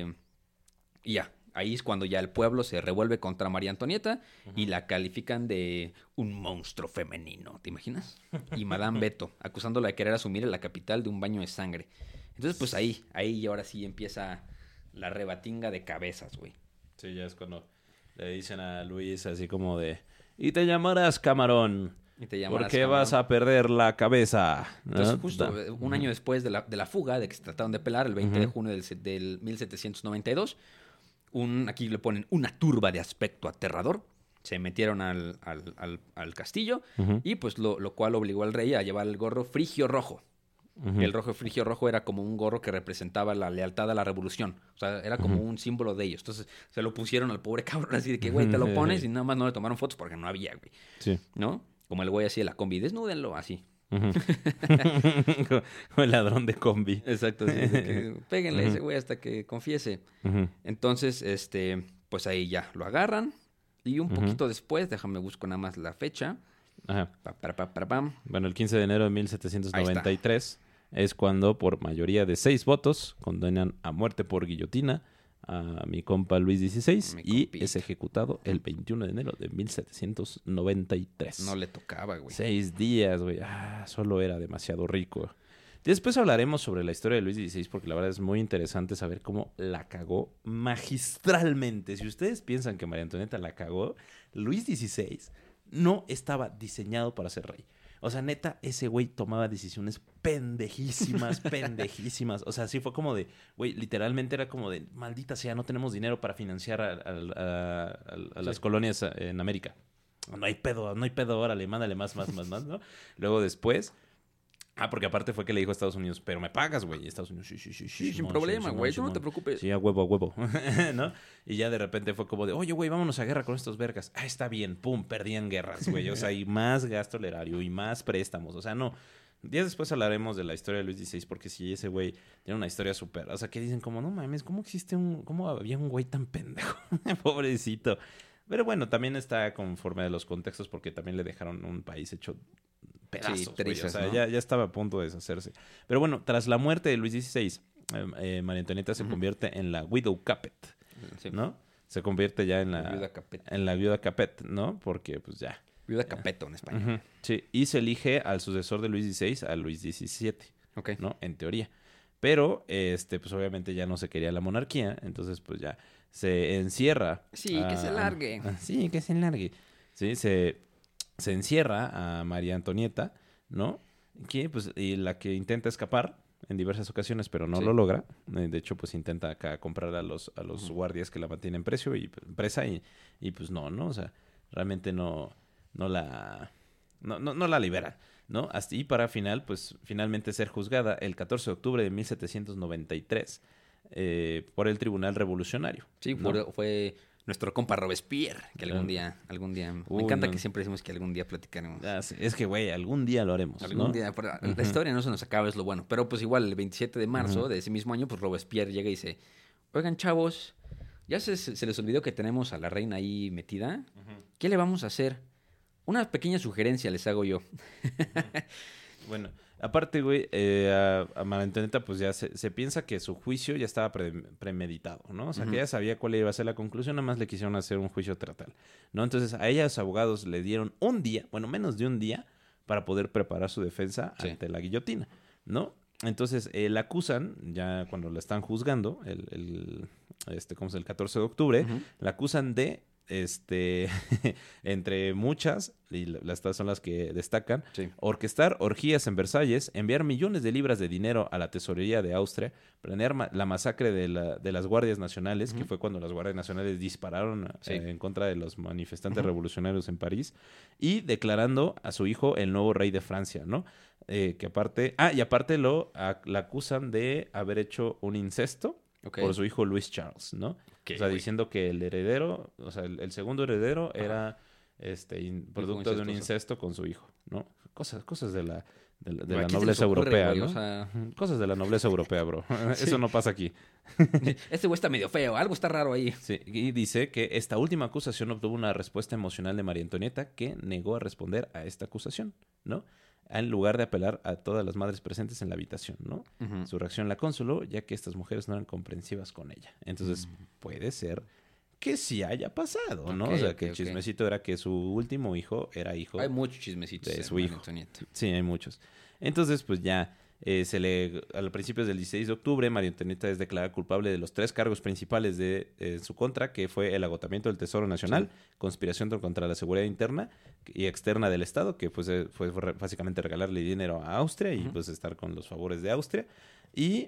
y ya, ahí es cuando ya el pueblo se revuelve contra María Antonieta y la califican de un monstruo femenino, ¿te imaginas? Y Madame Beto, acusándola de querer asumir la capital de un baño de sangre. Entonces pues ahí ahora sí empieza la rebatinga de cabezas, güey. Sí, ya es cuando le dicen a Luis así como de... Y te llamarás Camarón. ¿Por qué vas a perder la cabeza? ¿No? Entonces, justo un año después de la fuga, de que se trataron de pelar, el 20 de junio del 1792, aquí le ponen una turba de aspecto aterrador. Se metieron al castillo y pues lo cual obligó al rey a llevar el gorro frigio rojo. El frigio rojo era como un gorro que representaba la lealtad a la revolución. O sea, era como un símbolo de ellos. Entonces, se lo pusieron al pobre cabrón así de que, güey, te lo pones y nada más no le tomaron fotos porque no había, güey. Sí. ¿No? Como el güey así de la combi. Desnúdenlo, así. Como el ladrón de combi. Exacto. Así, de que, péguenle a ese güey hasta que confiese. Entonces, pues ahí ya lo agarran. Y un poquito después, déjame busco nada más la fecha. Ajá. Pam. Bueno, el 15 de enero de 1793 es cuando, por mayoría de 6 votos, condenan a muerte por guillotina a mi compa Luis XVI y es ejecutado el 21 de enero de 1793. No le tocaba, güey. 6 días, güey. Solo era demasiado rico. Después hablaremos sobre la historia de Luis XVI porque la verdad es muy interesante saber cómo la cagó magistralmente. Si ustedes piensan que María Antonieta la cagó, Luis XVI no estaba diseñado para ser rey. O sea, neta, ese güey tomaba decisiones pendejísimas. O sea, sí fue como de, güey, literalmente era como de, maldita sea, no tenemos dinero para financiar a las colonias en América. No hay pedo, órale, mándale más, ¿no? Luego después... porque aparte fue que le dijo a Estados Unidos, pero me pagas, güey. Y Estados Unidos, sí, sin problema, güey, tú no te preocupes. Sí, a huevo, ¿no? Y ya de repente fue como de, oye, güey, vámonos a guerra con estos vergas. Está bien, pum, perdían guerras, güey. O sea, y más gasto al erario y más préstamos. O sea, no. Días después hablaremos de la historia de Luis XVI, porque sí, ese güey tiene una historia súper... O sea, que dicen como, no mames, ¿cómo había un güey tan pendejo? Pobrecito. Pero bueno, también está conforme a los contextos, porque también le dejaron un país hecho... pedazos, trizas, o sea, ¿no? ya estaba a punto de deshacerse. Pero bueno, tras la muerte de Luis XVI, María Antonieta se convierte en la Widow Capet, ¿no? Se convierte ya en la viuda Capet, ¿no? Porque pues ya. Viuda Capeto en español. Sí, y se elige al sucesor de Luis XVI, a Luis XVII, Ok. ¿no? En teoría. Pero, pues obviamente ya no se quería la monarquía, entonces pues ya se encierra. Sí, que se largue. Sí, que se largue. Sí, se encierra a María Antonieta, ¿no? Que, pues, y la que intenta escapar, en diversas ocasiones, pero no lo logra. De hecho, pues intenta acá comprar a los guardias que la mantienen presa y pues no, ¿no? O sea, realmente no la libera, ¿no? Hasta y para finalmente ser juzgada el 14 de octubre de 1793 por el Tribunal Revolucionario. Sí, ¿no? Fue nuestro compa Robespierre, que algún día... me encanta que siempre decimos que algún día platicaremos. Sí. Es que, güey, algún día lo haremos, algún día. Pero la historia no se nos acaba, es lo bueno. Pero pues igual, el 27 de marzo de ese mismo año, pues Robespierre llega y dice, oigan, chavos, ya se les olvidó que tenemos a la reina ahí metida. ¿Qué le vamos a hacer? Una pequeña sugerencia les hago yo. Bueno, aparte, güey, a María Antonieta pues ya se piensa que su juicio ya estaba premeditado, ¿no? O sea, que ella sabía cuál iba a ser la conclusión, nada más le quisieron hacer un juicio teatral, ¿no? Entonces, a ella los abogados le dieron un día, bueno, menos de un día, para poder preparar su defensa ante la guillotina, ¿no? Entonces, la acusan, ya cuando la están juzgando, como es el 14 de octubre, la acusan de entre muchas, y estas son las que destacan, orquestar orgías en Versalles, enviar millones de libras de dinero a la tesorería de Austria, planear la masacre de las Guardias Nacionales, que fue cuando las Guardias Nacionales dispararon en contra de los manifestantes revolucionarios en París, y declarando a su hijo el nuevo rey de Francia, ¿no? Que aparte la acusan de haber hecho un incesto por su hijo Luis Charles, ¿no? O sea, diciendo que el heredero, o sea, el segundo heredero era producto de un incesto con su hijo, ¿no? Cosas de la nobleza europea, ¿no? O sea... Cosas de la nobleza europea, bro. Eso no pasa aquí. Este güey está medio feo, algo está raro ahí. Sí, y dice que esta última acusación obtuvo una respuesta emocional de María Antonieta que negó a responder a esta acusación, ¿no? En lugar de apelar a todas las madres presentes en la habitación, ¿no? Su reacción la consoló, ya que estas mujeres no eran comprensivas con ella. Entonces, puede ser que sí haya pasado, ¿no? O sea, que el chismecito era que su último hijo era hijo... Hay muchos chismecitos de su hijo. Sí, hay muchos. Entonces, pues ya... a principios del 16 de octubre, María Antonieta es declarada culpable de los 3 cargos principales en su contra, que fue el agotamiento del Tesoro Nacional, conspiración contra la seguridad interna y externa del Estado, que fue básicamente regalarle dinero a Austria y pues estar con los favores de Austria, y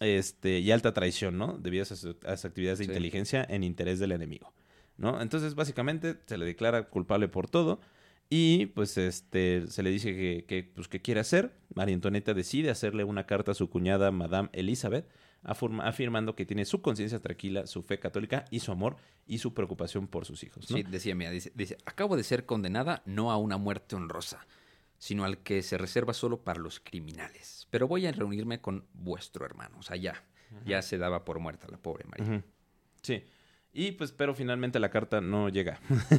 alta traición, ¿no? Debido a esas actividades de inteligencia en interés del enemigo, ¿no? Entonces, básicamente, se le declara culpable por todo. Y pues se le dice que quiere hacer. María Antonieta decide hacerle una carta a su cuñada Madame Elizabeth, afirmando que tiene su conciencia tranquila, su fe católica y su amor y su preocupación por sus hijos, ¿no? Sí, dice, acabo de ser condenada no a una muerte honrosa, sino al que se reserva solo para los criminales. Pero voy a reunirme con vuestro hermano. O sea, ya se daba por muerta la pobre María. Sí. Y pues, pero finalmente la carta no llega.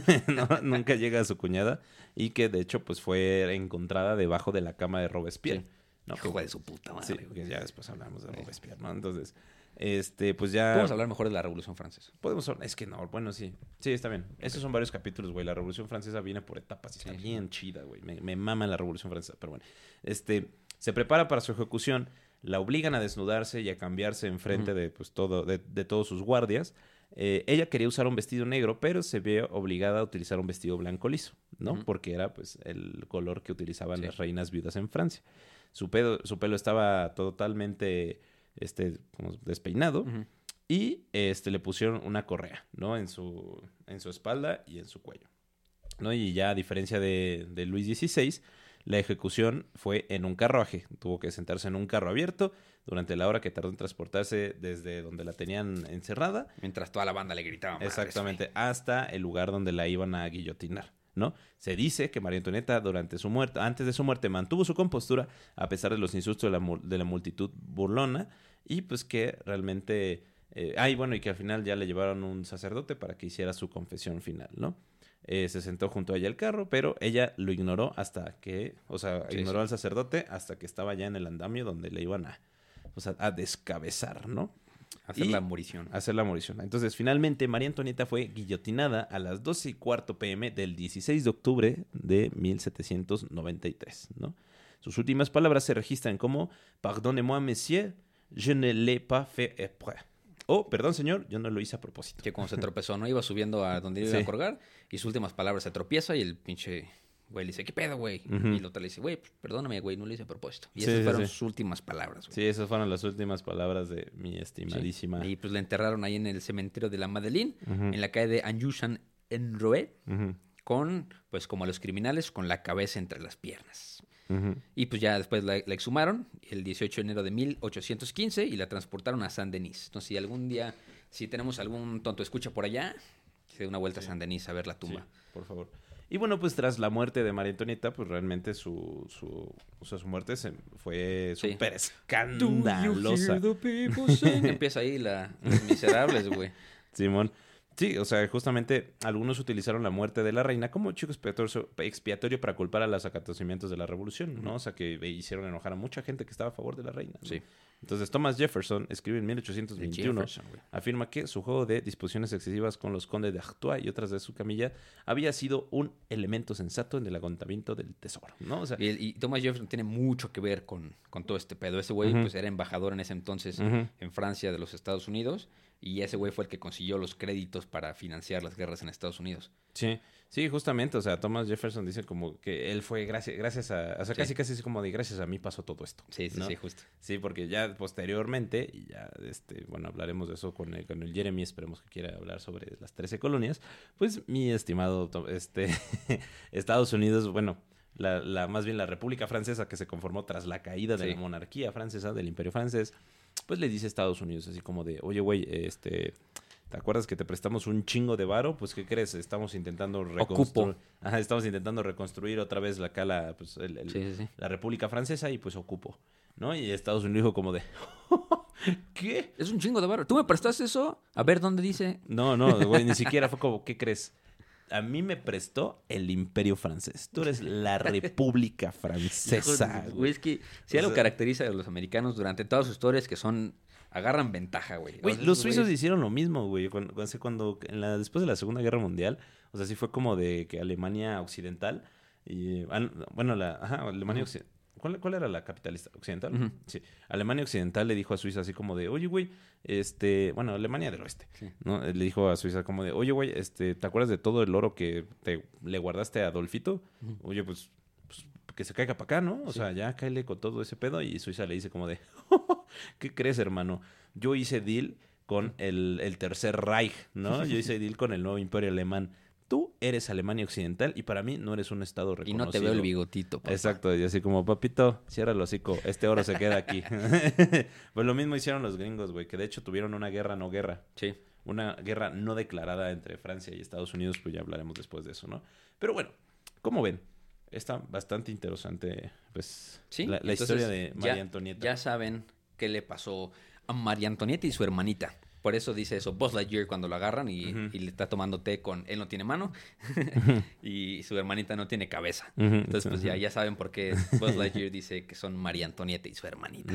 Nunca llega a su cuñada. Y que de hecho, pues fue encontrada debajo de la cama de Robespierre. ¿No? Hijo de su puta madre. Sí, que ya después hablamos de Robespierre, ¿no? Entonces, pues ya... Podemos hablar mejor de la Revolución Francesa. Es que no, bueno, sí. Sí, está bien. Esos son varios capítulos, güey. La Revolución Francesa viene por etapas y está bien chida, güey. Me mama la Revolución Francesa, pero bueno. Se prepara para su ejecución. La obligan a desnudarse y a cambiarse enfrente de todos sus guardias. Ella quería usar un vestido negro, pero se ve obligada a utilizar un vestido blanco liso, ¿no? Porque era, pues, el color que utilizaban las reinas viudas en Francia. Su pelo estaba totalmente, como despeinado. Y, le pusieron una correa, ¿no? En su espalda y en su cuello, ¿no? Y ya, a diferencia de Luis XVI, la ejecución fue en un carruaje. Tuvo que sentarse en un carro abierto durante la hora que tardó en transportarse desde donde la tenían encerrada. Mientras toda la banda le gritaba. Exactamente, hasta el lugar donde la iban a guillotinar, ¿no? Se dice que María Antonieta antes de su muerte, mantuvo su compostura a pesar de los insultos de la multitud burlona y pues que realmente... y que al final ya le llevaron un sacerdote para que hiciera su confesión final, ¿no? Se sentó junto a ella el carro, pero ella lo ignoró ignoró al sacerdote hasta que estaba ya en el andamio donde le iban a descabezar, ¿no? Hacer la morición. Entonces, finalmente, María Antonieta fue guillotinada a las 12:15 p.m. del 16 de octubre de 1793, ¿no? Sus últimas palabras se registran como «Pardonnez-moi, monsieur, je ne l'ai pas fait exprès». Perdón, señor, yo no lo hice a propósito. Que cuando se tropezó, ¿no? Iba subiendo a donde iba a colgar y sus últimas palabras se tropieza y el pinche güey le dice, ¿qué pedo, güey? Ujú. Y el otro le dice, güey, pues, perdóname, güey, no le hice a propósito. Y Sí, esas sí, fueron sí. sus últimas palabras, güey. Sí, esas fueron las últimas palabras de mi estimadísima. Y pues la enterraron ahí en el cementerio de la Madeleine, Ujú. en la calle de Anjou-Saint-Henri, Ujú, con, pues como a los criminales, con la cabeza entre las piernas. ujú. Y pues ya después la exhumaron el 18 de enero de 1815 y la transportaron a Saint-Denis. Entonces, si algún día, si tenemos algún tonto escucha por allá, que se dé una vuelta a Saint-Denis a ver la tumba. Sí, por favor. Y bueno, pues tras la muerte de María Antonieta, pues realmente su muerte fue Sí. súper escandalosa. Empieza ahí Los Miserables, güey. Simón. Sí, o sea, justamente algunos utilizaron la muerte de la reina como chico expiatorio para culpar a los acontecimientos de la revolución, ¿no? O sea, que hicieron enojar a mucha gente que estaba a favor de la reina, ¿no? Sí. Entonces, Thomas Jefferson escribe en 1821, Jefferson, güey. afirma que su juego de disposiciones excesivas con los condes de Artois y otras de su camilla había sido un elemento sensato en el agotamiento del tesoro, ¿no? O sea, Y Thomas Jefferson tiene mucho que ver con todo este pedo. Ese güey, Ujú. pues, era embajador en ese entonces Ujú. en Francia de los Estados Unidos. Y ese güey fue el que consiguió los créditos para financiar las guerras en Estados Unidos. sí, justamente, o sea, Thomas Jefferson dice como que él fue gracias a, o sea, Sí. casi es como de gracias a mí pasó todo esto. Sí, ¿no? sí, justo. Sí, porque ya posteriormente, y ya, bueno, hablaremos de eso con el Jeremy, esperemos que quiera hablar sobre las 13 colonias, pues mi estimado, Estados Unidos, bueno, más bien la República Francesa que se conformó tras la caída de Sí. la monarquía francesa, del Imperio francés, pues le dice a Estados Unidos así como de, oye, güey, ¿te acuerdas que te prestamos un chingo de varo? Pues, ¿qué crees? Estamos intentando reconstruir. Ajá, estamos intentando reconstruir otra vez la Sí. la República Francesa y pues ocupo, ¿no? Y Estados Unidos dijo como de, ¿qué? Es un chingo de barro. ¿Tú me prestaste eso? A ver, ¿dónde dice? No, güey, ni siquiera fue como, ¿qué crees? A mí me prestó el Imperio Francés. Tú eres la República Francesa, Güey, es que si O algo sea- caracteriza a los americanos durante toda su historia es que agarran ventaja, güey. Güey, O sea, los esos suizos güeyes- hicieron lo mismo, güey. Después de la Segunda Guerra Mundial, o sea, sí fue como de que Alemania Occidental y Alemania Occidental. ¿Cuál era la capitalista? ¿Occidental? Ujú. Sí. Alemania Occidental le dijo a Suiza así como de, oye, güey, Alemania del Oeste, Sí. ¿no? Le dijo a Suiza como de, oye, güey, ¿te acuerdas de todo el oro que le guardaste a Adolfito? Ujú. Oye, pues que se caiga para acá, ¿no? O Sí. sea, ya cáele con todo ese pedo. Y Suiza le dice como de, ¿qué crees, hermano? Yo hice deal con el Tercer Reich, ¿no? Yo hice deal con el nuevo imperio alemán. Tú eres Alemania Occidental y para mí no eres un estado Y reconocido. no te veo el bigotito, papá. Exacto, y así como, papito, cierra el hocico, este oro se queda aquí. Pues lo mismo hicieron los gringos, güey, que de hecho tuvieron una guerra no guerra. Sí. Una guerra no declarada entre Francia y Estados Unidos, pues ya hablaremos después de eso, ¿no? Pero bueno, ¿cómo ven? Está bastante interesante, pues, Sí, la entonces, historia de María ya- Antonieta. Ya saben qué le pasó a María Antonieta y su hermanita. Por eso dice eso Buzz Lightyear cuando lo agarran y le está tomando té con... Él no tiene mano y su hermanita no tiene cabeza. Ujú. Entonces, pues ya saben por qué Buzz Lightyear dice que son María Antonieta y su hermanita.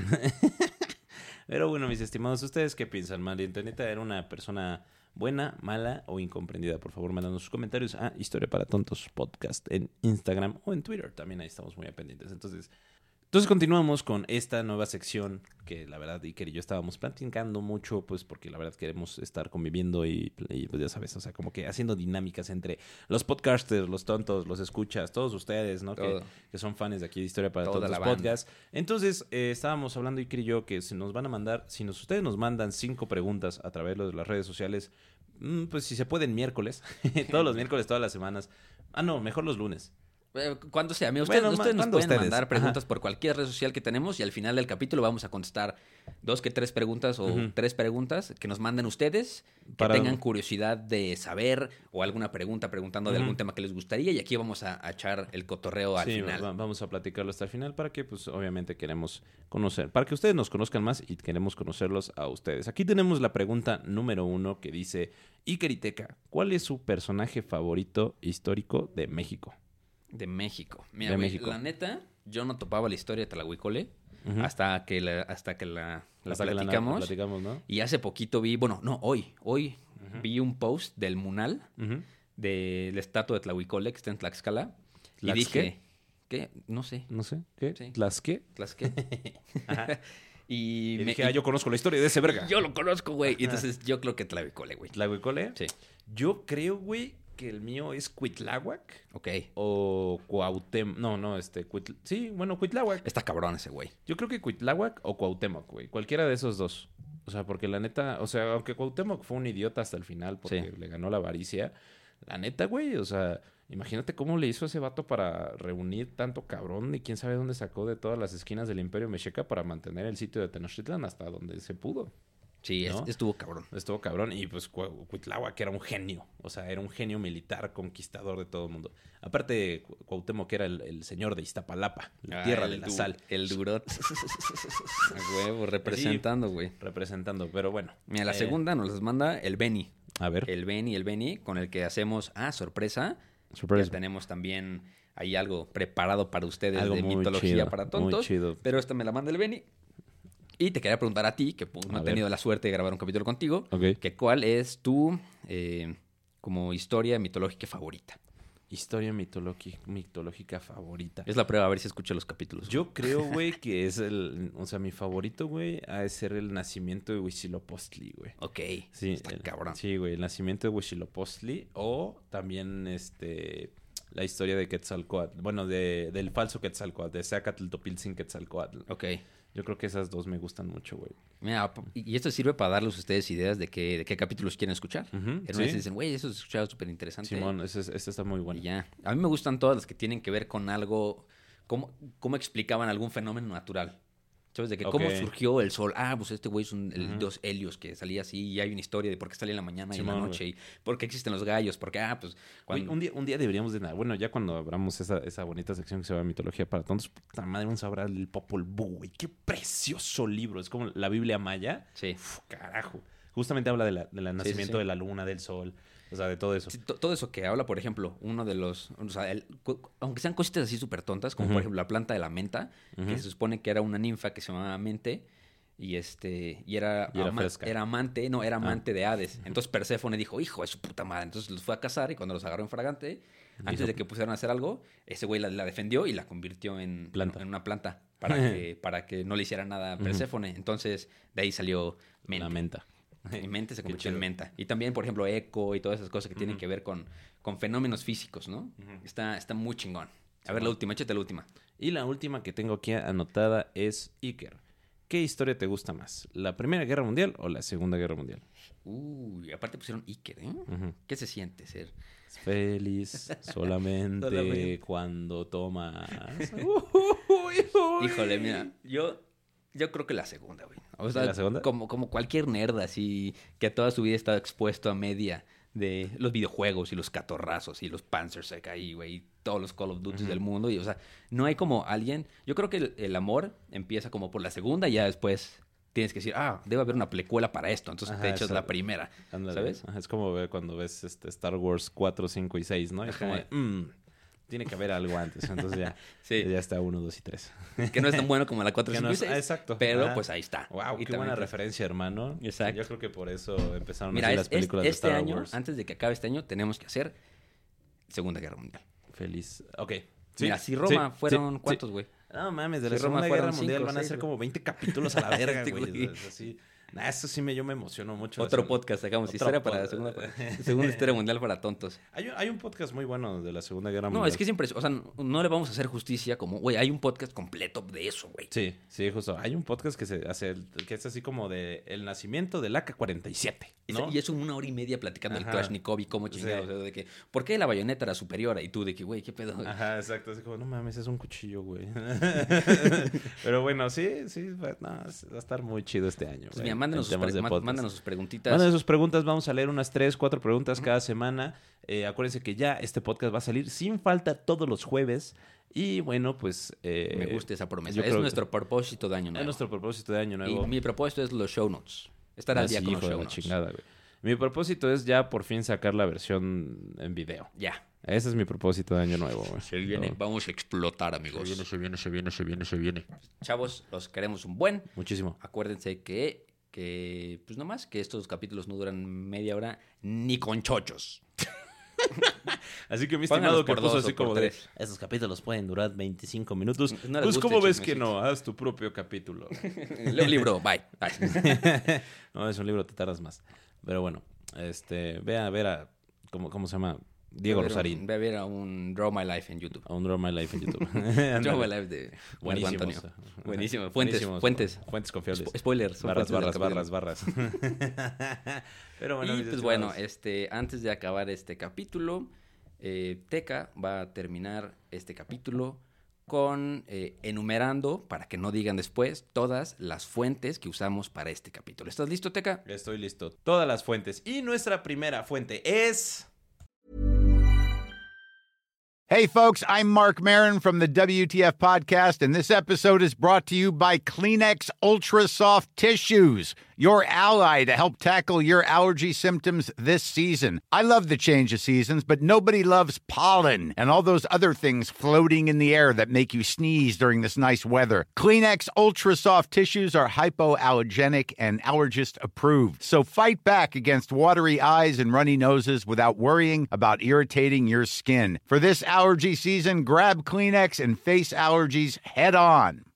Pero bueno, mis estimados, ¿ustedes qué piensan? ¿María Antonieta era una persona buena, mala o incomprendida? Por favor, mandando sus comentarios a Historia para Tontos Podcast en Instagram o en Twitter. También ahí estamos muy pendientes. Entonces continuamos con esta nueva sección que la verdad Iker y yo estábamos platicando mucho, pues porque la verdad queremos estar conviviendo y pues ya sabes, o sea, como que haciendo dinámicas entre los podcasters, los tontos, los escuchas, todos ustedes, ¿no? Que son fans de aquí de Historia para Toda Tontos la banda. Podcast. Entonces, estábamos hablando Iker y yo que si nos van a mandar, ustedes nos mandan 5 preguntas a través de las redes sociales, pues si se pueden miércoles, todos los miércoles, todas las semanas. No, mejor los lunes. Cuando sea, mira, Bueno, ustedes nos ¿cuándo pueden ustedes? mandar preguntas Ajá. por cualquier red social que tenemos y al final del capítulo vamos a contestar 2 que 3 preguntas o Ujú. 3 preguntas que nos manden ustedes, que Para- tengan curiosidad de saber o alguna pregunta preguntando de Ujú. algún tema que les gustaría y aquí vamos a echar el cotorreo al Sí, final. vamos a platicarlo hasta el final para que, pues, obviamente queremos conocer, para que ustedes nos conozcan más y queremos conocerlos a ustedes. Aquí tenemos la pregunta número 1 que dice, Ikeriteca, ¿cuál es su personaje favorito histórico de México? De México. Mira, De güey, México. la neta, yo no topaba la historia de Tlahuicole Ujú. hasta que la Hasta que platicamos. platicamos, ¿no? Y hace poquito hoy vi un post del Munal Ujú. de la estatua de Tlahuicole que está en Tlaxcala. Y ¿Tlaxqué? dije, ¿qué? No sé. No sé, ¿qué? Sí. ¿Las qué? ¿Tlaxqué? Y dije, yo conozco la historia de ese verga. yo lo conozco, güey. Y entonces yo creo que Tlahuicole, güey. ¿Tlahuicole? Sí. Yo creo, güey, que el mío es Cuitláhuac Ok. o Cuauhtémoc. Sí, bueno, Cuitláhuac. Está cabrón ese güey. Yo creo que Cuitláhuac o Cuauhtémoc, güey. Cualquiera de esos dos. O sea, porque la neta, o sea, aunque Cuauhtémoc fue un idiota hasta el final porque le ganó la avaricia, la neta, güey, o sea, imagínate cómo le hizo ese vato para reunir tanto cabrón y quién sabe dónde sacó de todas las esquinas del Imperio Mexica para mantener el sitio de Tenochtitlan hasta donde se pudo. Sí, ¿no? estuvo cabrón. Estuvo cabrón. Y pues Cuitláhuac era un genio. O sea, era un genio militar, conquistador de todo el mundo. Aparte, Cuauhtémoc era el señor de Iztapalapa, la tierra de la sal. El durot. A huevo, representando, güey. Representando, pero bueno. Mira, la segunda nos las manda el Beni. A ver. El Beni, con el que hacemos, sorpresa. Sorpresa. Ya tenemos también ahí algo preparado para ustedes algo de muy mitología chido, para tontos. muy chido. Pero esta me la manda el Beni. Y te quería preguntar a ti, que pues, no he tenido la suerte de grabar un capítulo contigo, que cuál es tu como historia mitológica favorita. Historia mitológica favorita. Es la prueba, a ver si escucho los capítulos. Yo creo, güey, que es mi favorito, güey, ha de ser el nacimiento de Huitzilopochtli, güey. Ok, sí, está cabrón. Sí, güey, el nacimiento de Huitzilopochtli o también la historia de Quetzalcóatl, bueno, del falso Quetzalcóatl, de Zacatl-Topiltzin Quetzalcóatl. Ok. Yo creo que esas dos me gustan mucho, güey. Mira, y esto sirve para darles a ustedes ideas de qué capítulos quieren escuchar. En una vez dicen, güey, eso se escuchaba súper interesante. Simón, este está muy bueno. Y ya. A mí me gustan todas las que tienen que ver con algo, cómo explicaban algún fenómeno natural. ¿Sabes? De que cómo surgió el sol. Pues este güey es el dios Helios que salía así y hay una historia de por qué sale en la mañana y en la noche y por qué existen los gallos, porque pues... Cuando... Un día deberíamos de... Bueno, ya cuando abramos esa bonita sección que se llama Mitología para Tontos, puta madre, vamos a hablar del Popol Vuh, güey. Qué precioso libro. Es como la Biblia maya. Sí. Carajo. Justamente habla del nacimiento de la luna, del sol... O sea, de todo eso. Sí, todo eso que habla, por ejemplo, uno de los... O sea, aunque sean cositas así súper tontas, como por ejemplo la planta de la menta, que se supone que era una ninfa que se llamaba Mente, y era amante de Hades. Entonces Perséfone dijo, hijo de su puta madre. Entonces los fue a cazar y cuando los agarró en fragante, antes de que pusieran a hacer algo, ese güey la defendió y la convirtió en una planta para que no le hiciera nada a Perséfone. Entonces de ahí salió Mente. La menta. Mi mente se convirtió en menta. Y también, por ejemplo, eco y todas esas cosas que tienen que ver con fenómenos físicos, ¿no? Está muy chingón. A ver, la última, échate la última. Y la última que tengo aquí anotada es Iker. ¿Qué historia te gusta más? ¿La Primera Guerra Mundial o la Segunda Guerra Mundial? Aparte pusieron Iker, ¿eh? ¿Qué se siente ser? Feliz solamente cuando tomas. Híjole, mira, yo creo que la segunda, güey. O sea, ¿La segunda? Como cualquier nerd así que toda su vida está expuesto a media de los videojuegos y los catorrazos y los Panzerschreck ahí, güey, y todos los Call of Duty del mundo. Y, o sea, no hay como alguien... Yo creo que el amor empieza como por la segunda y ya después tienes que decir, debe haber una precuela para esto. Entonces te echas la primera, ¿sabes? Es como cuando ves Star Wars 4, 5 y 6, ¿no? Es como tiene que haber algo antes. Entonces ya, ya está 1, 2 y 3. Que no es tan bueno como la 4, 5 y 6. Exacto. Pero pues ahí está. Wow, qué buena referencia, hermano. Exacto. Yo creo que por eso empezaron así las películas de Star Wars. Antes de que acabe este año, tenemos que hacer Segunda Guerra Mundial. Feliz. Ok. Mira, si Roma fueron... ¿Cuántos, güey? No mames, de la Segunda Guerra Mundial van a ser como 20 capítulos a la verga, güey. Así... eso sí yo me emociono mucho. Otro podcast, sacamos historia para la segunda historia mundial para tontos. Hay un podcast muy bueno de la Segunda Guerra Mundial. No, es que siempre, o sea, no le vamos a hacer justicia como, güey, hay un podcast completo de eso, güey. Sí, justo. Hay un podcast que se hace, que es así como de el nacimiento del AK-47, ¿no? Y es 1 hora y media platicando del Kalashnikov y cómo chingados, o sea, de que, ¿por qué la bayoneta era superior? Y tú de que, güey, ¿qué pedo? Ajá, exacto. Así como, no mames, es un cuchillo, güey. Pero bueno, sí, va a estar muy chido este año, pues mira, mándanos sus preguntitas. Mándanos sus preguntas. Vamos a leer unas 3, 4 preguntas cada semana. Acuérdense que ya este podcast va a salir sin falta todos los jueves. Y bueno, pues... me gusta esa promesa. Es nuestro propósito de año nuevo. Es nuestro propósito de año nuevo. Y mi propósito es los show notes. Estar al día con los show notes. Chingada, güey. Mi propósito es ya por fin sacar la versión en video. Ya. Ese es mi propósito de año nuevo, güey. Se viene, vamos a explotar, amigos. Se viene. Chavos, los queremos un buen. Muchísimo. Acuérdense que pues nomás, que estos capítulos no duran media hora ni con chochos. Así que mi estimado que puso así como de... Esos capítulos pueden durar 25 minutos. Pues ¿cómo ves que no? Haz tu propio capítulo. Leo un libro, bye. No, es un libro, te tardas más. Pero bueno, ve a ver ¿cómo se llama? Diego Rosarín. Ve a ver a un Draw My Life en YouTube. A un Draw My Life en YouTube. Draw My Life de Marco Antonio. Buenísimo. Fuentes confiables. Spoilers. Barras. Pero bueno, y pues bueno, antes de acabar este capítulo, Teca va a terminar este capítulo con enumerando, para que no digan después, todas las fuentes que usamos para este capítulo. ¿Estás listo, Teca? Estoy listo. Todas las fuentes. Y nuestra primera fuente es... Hey, folks, I'm Mark Maron from the WTF Podcast, and this episode is brought to you by Kleenex Ultra Soft Tissues, your ally to help tackle your allergy symptoms this season. I love the change of seasons, but nobody loves pollen and all those other things floating in the air that make you sneeze during this nice weather. Kleenex Ultra Soft Tissues are hypoallergenic and allergist approved, so fight back against watery eyes and runny noses without worrying about irritating your skin. For this allergy season, grab Kleenex and face allergies head on.